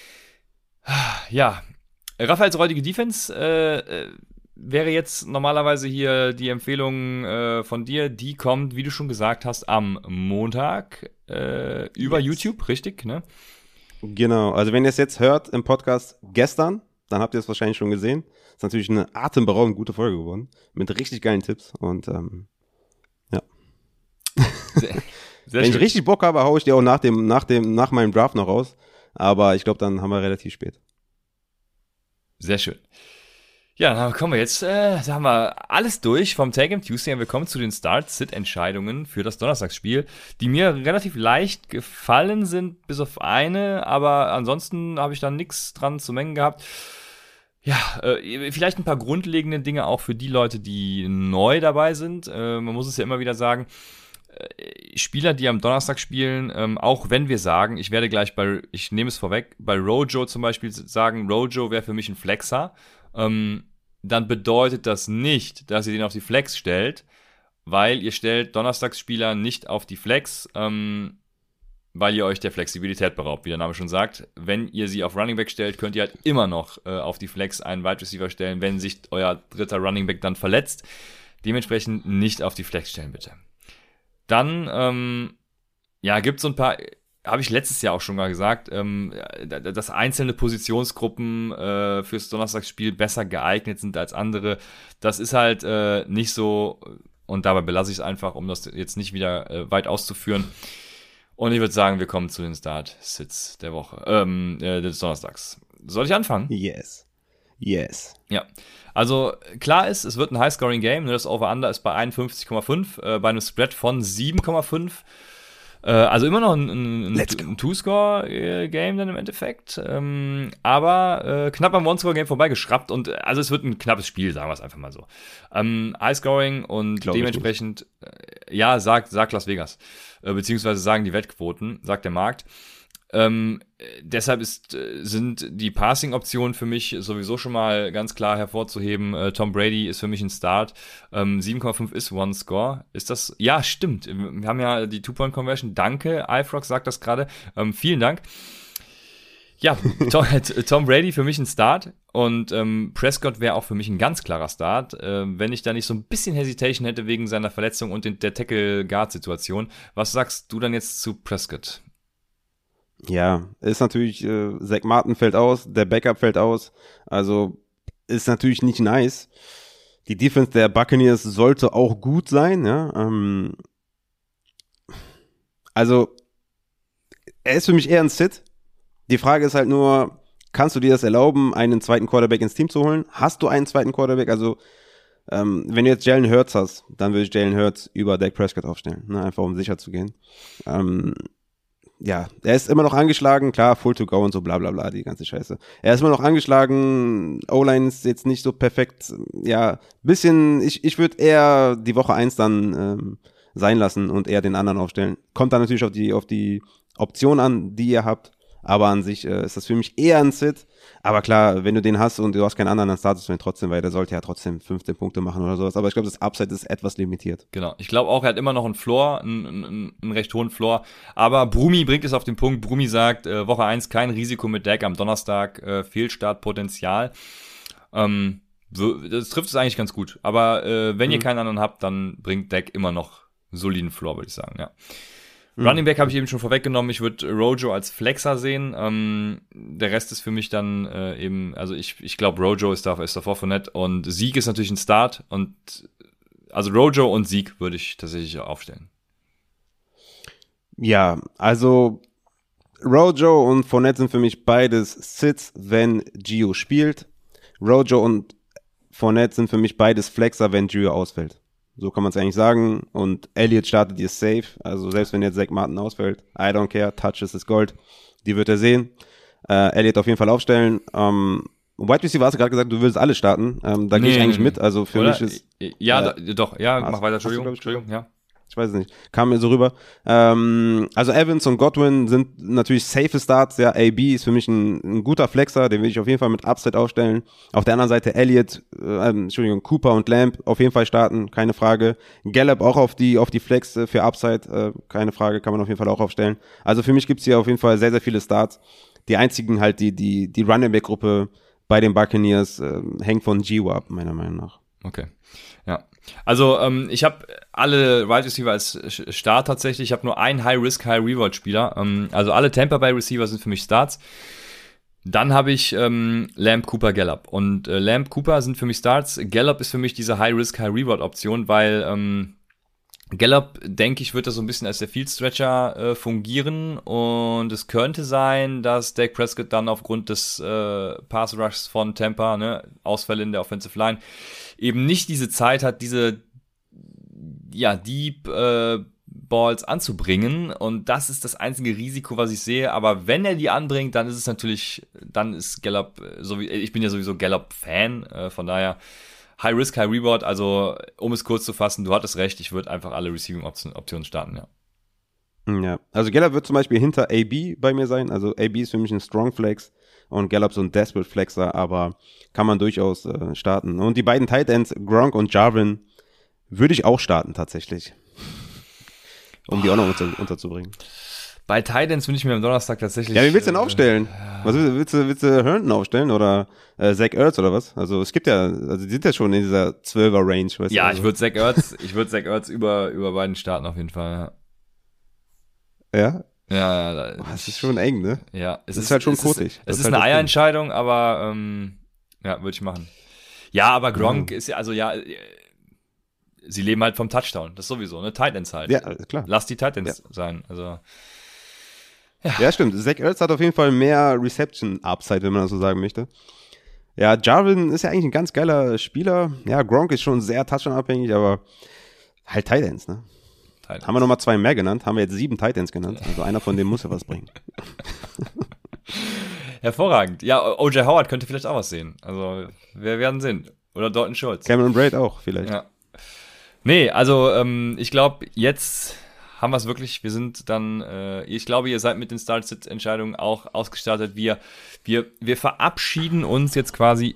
Ja, Raphaels räudige Defense wäre jetzt normalerweise hier die Empfehlung von dir. Die kommt, wie du schon gesagt hast, am Montag über YouTube, richtig, ne? Genau, also wenn ihr es jetzt hört im Podcast gestern, dann habt ihr es wahrscheinlich schon gesehen. Ist natürlich eine atemberaubend gute Folge geworden, mit richtig geilen Tipps und ja. Sehr wenn ich richtig Bock habe, haue ich die auch nach meinem Draft noch raus, aber ich glaube, dann haben wir relativ spät. Sehr schön. Ja, dann kommen wir jetzt, da haben wir alles durch vom Take Game Tuesday und wir kommen zu den Start-Sit-Entscheidungen für das Donnerstagsspiel, die mir relativ leicht gefallen sind, bis auf eine, aber ansonsten habe ich da nichts dran zu mengen gehabt. Ja, vielleicht ein paar grundlegende Dinge auch für die Leute, die neu dabei sind. Man muss es ja immer wieder sagen, Spieler, die am Donnerstag spielen, auch wenn wir sagen, ich nehme es vorweg, bei Rojo zum Beispiel sagen, Rojo wäre für mich ein Flexer, dann bedeutet das nicht, dass ihr den auf die Flex stellt, weil ihr stellt Donnerstagsspieler nicht auf die Flex, weil ihr euch der Flexibilität beraubt, wie der Name schon sagt. Wenn ihr sie auf Running Back stellt, könnt ihr halt immer noch auf die Flex einen Wide Receiver stellen, wenn sich euer dritter Running Back dann verletzt. Dementsprechend nicht auf die Flex stellen, bitte. Dann, gibt es so ein paar, habe ich letztes Jahr auch schon mal gesagt, dass einzelne Positionsgruppen fürs Donnerstagsspiel besser geeignet sind als andere. Das ist halt nicht so, und dabei belasse ich es einfach, um das jetzt nicht wieder weit auszuführen. Und ich würde sagen, wir kommen zu den Start-Sits der Woche, des Donnerstags. Soll ich anfangen? Yes. Ja, also klar ist, es wird ein High-Scoring-Game, das Over-Under ist bei 51,5, bei einem Spread von 7,5. Also immer noch ein Two-Score-Game dann im Endeffekt, aber knapp am One-Score-Game vorbeigeschraubt und also es wird ein knappes Spiel, sagen wir es einfach mal so. High-Scoring und dementsprechend, sagt Las Vegas, beziehungsweise sagen die Wettquoten, sagt der Markt. Deshalb sind die Passing-Optionen für mich sowieso schon mal ganz klar hervorzuheben. Tom Brady ist für mich ein Start. 7,5 ist One Score. Ist das? Ja, stimmt. Wir haben ja die Two-Point-Conversion. Danke, iFrog sagt das gerade. Vielen Dank. Ja, Tom Brady für mich ein Start und Prescott wäre auch für mich ein ganz klarer Start, wenn ich da nicht so ein bisschen Hesitation hätte wegen seiner Verletzung und der Tackle-Guard-Situation. Was sagst du dann jetzt zu Prescott? Ja, ist natürlich, Zach Martin fällt aus, der Backup fällt aus, also ist natürlich nicht nice. Die Defense der Buccaneers sollte auch gut sein, ja. Also, er ist für mich eher ein Sit. Die Frage ist halt nur, kannst du dir das erlauben, einen zweiten Quarterback ins Team zu holen? Hast du einen zweiten Quarterback? Also, wenn du jetzt Jalen Hurts hast, dann würde ich Jalen Hurts über Dak Prescott aufstellen, ne? Einfach um sicher zu gehen. Ja, er ist immer noch angeschlagen, klar, full to go und so bla bla bla, die ganze Scheiße. Er ist immer noch angeschlagen, O-Line ist jetzt nicht so perfekt, ja, bisschen, ich würde eher die Woche 1 dann sein lassen und eher den anderen aufstellen. Kommt dann natürlich auf die Option an, die ihr habt, aber an sich ist das für mich eher ein Sit. Aber klar, wenn du den hast und du hast keinen anderen, dann startest du ihn trotzdem, weil der sollte ja trotzdem 15 Punkte machen oder sowas. Aber ich glaube, das Upside ist etwas limitiert. Genau. Ich glaube auch, er hat immer noch einen Floor, einen recht hohen Floor. Aber Brumi bringt es auf den Punkt. Brumi sagt, Woche 1 kein Risiko mit Dak am Donnerstag, Fehlstartpotenzial. Das trifft es eigentlich ganz gut. Aber wenn ihr keinen anderen habt, dann bringt Dak immer noch soliden Floor, würde ich sagen, ja. Running Back habe ich eben schon vorweggenommen. Ich würde Rojo als Flexer sehen. Der Rest ist für mich dann eben, also ich glaube, Rojo ist davor von nett und Sieg ist natürlich ein Start und also Rojo und Sieg würde ich tatsächlich aufstellen. Ja, also Rojo und Fournette sind für mich beides Sits, wenn Gio spielt. Rojo und Fournette sind für mich beides Flexer, wenn Gio ausfällt. So kann man es eigentlich sagen. Und Elliott startet ihr safe. Also selbst wenn jetzt Zach Martin ausfällt, I don't care, Touches ist Gold. Die wird er sehen. Elliott auf jeden Fall aufstellen. Wide Receiver hast du gerade gesagt, du willst alle starten. Da gehe ich eigentlich mit. Also für mich ist... Ja, doch. Ja, mach weiter. Entschuldigung. Ja. Ich weiß es nicht. Kam mir so rüber. Also Evans und Godwin sind natürlich safe Starts. Ja, AB ist für mich ein guter Flexer. Den will ich auf jeden Fall mit Upside aufstellen. Auf der anderen Seite Elliott, Cooper und Lamb auf jeden Fall starten. Keine Frage. Gallup auch auf die Flex für Upside. Keine Frage. Kann man auf jeden Fall auch aufstellen. Also für mich gibt's hier auf jeden Fall sehr, sehr viele Starts. Die einzigen halt, die Running Back Gruppe bei den Buccaneers hängt von Gio ab, meiner Meinung nach. Okay. Ja. Also, ich habe alle Wide Receiver als Start tatsächlich. Ich habe nur einen High-Risk, High-Reward-Spieler. Also alle Tampa Bay Receiver sind für mich Starts. Dann habe ich Lamb, Cooper, Gallup. Und Lamb, Cooper sind für mich Starts. Gallup ist für mich diese High-Risk, High-Reward-Option, weil Gallup, denke ich, wird da so ein bisschen als der Field-Stretcher fungieren. Und es könnte sein, dass Dak Prescott dann aufgrund des Pass-Rushs von Tampa, ne, Ausfälle in der Offensive Line, eben nicht diese Zeit hat, diese Deep Balls anzubringen und das ist das einzige Risiko, was ich sehe, aber wenn er die anbringt, dann ist es natürlich, dann ist Gallup, ich bin ja sowieso Gallup-Fan, von daher High Risk, High Reward, also um es kurz zu fassen, du hattest recht, ich würde einfach alle Receiving-Optionen starten, ja. Ja, also Gallup wird zum Beispiel hinter AB bei mir sein, also AB ist für mich ein Strong Flex und Gallup so ein Desperate Flexer, aber kann man durchaus starten. Und die beiden Tight Ends, Gronk und Jarvin, würde ich auch starten tatsächlich. Um die auch noch unterzubringen. Bei Titans bin ich mir am Donnerstag tatsächlich... Ja, wen willst du denn aufstellen? Was willst du Herndon aufstellen oder Zach Ertz oder was? Also es gibt ja, also die sind ja schon in dieser 12er-Range. Weißt ja, du? ich würde Zach Ertz über beiden starten auf jeden Fall. Ja? Ja, das ist schon eng, ne? Ja, es ist halt schon kotig. Es ist eine Eierentscheidung, aber ja, würde ich machen. Ja, aber Gronk ist ja, also ja, sie leben halt vom Touchdown, das sowieso, ne? Titans halt. Ja, klar. Lass die Titans sein, also. Ja, stimmt. Zach Ertz hat auf jeden Fall mehr Reception-Upside, wenn man das so sagen möchte. Ja, Jarvin ist ja eigentlich ein ganz geiler Spieler. Ja, Gronk ist schon sehr Touchdown-abhängig, aber halt Titans, ne? Haben wir nochmal 2 mehr genannt, haben wir jetzt 7 Titans genannt. Also einer von denen muss ja was bringen. Hervorragend. Ja, O.J. Howard könnte vielleicht auch was sehen. Also, wir werden sehen. Oder Dalton Schultz. Cameron Braid auch vielleicht. Ja. Nee, also ich glaube, jetzt haben wir es wirklich. Wir sind dann, ich glaube, ihr seid mit den Start-Sit-Entscheidungen auch ausgestattet. Wir verabschieden uns jetzt quasi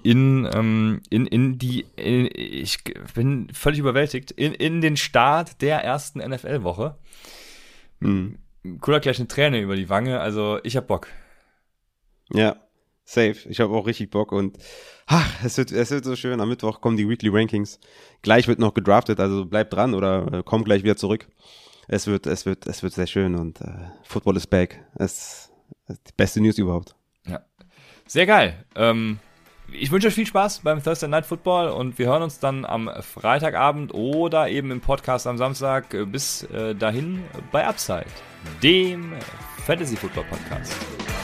ich bin völlig überwältigt, in den Start der ersten NFL-Woche. Cooler gleich eine Träne über die Wange, also ich hab Bock. Ja, safe. Ich habe auch richtig Bock und es wird so schön. Am Mittwoch kommen die Weekly Rankings. Gleich wird noch gedraftet, also bleibt dran oder komm gleich wieder zurück. Es wird sehr schön und Football is back. Es ist die beste News überhaupt. Ja, sehr geil. Ich wünsche euch viel Spaß beim Thursday Night Football und wir hören uns dann am Freitagabend oder eben im Podcast am Samstag. Bis dahin bei Upside, dem Fantasy Football Podcast.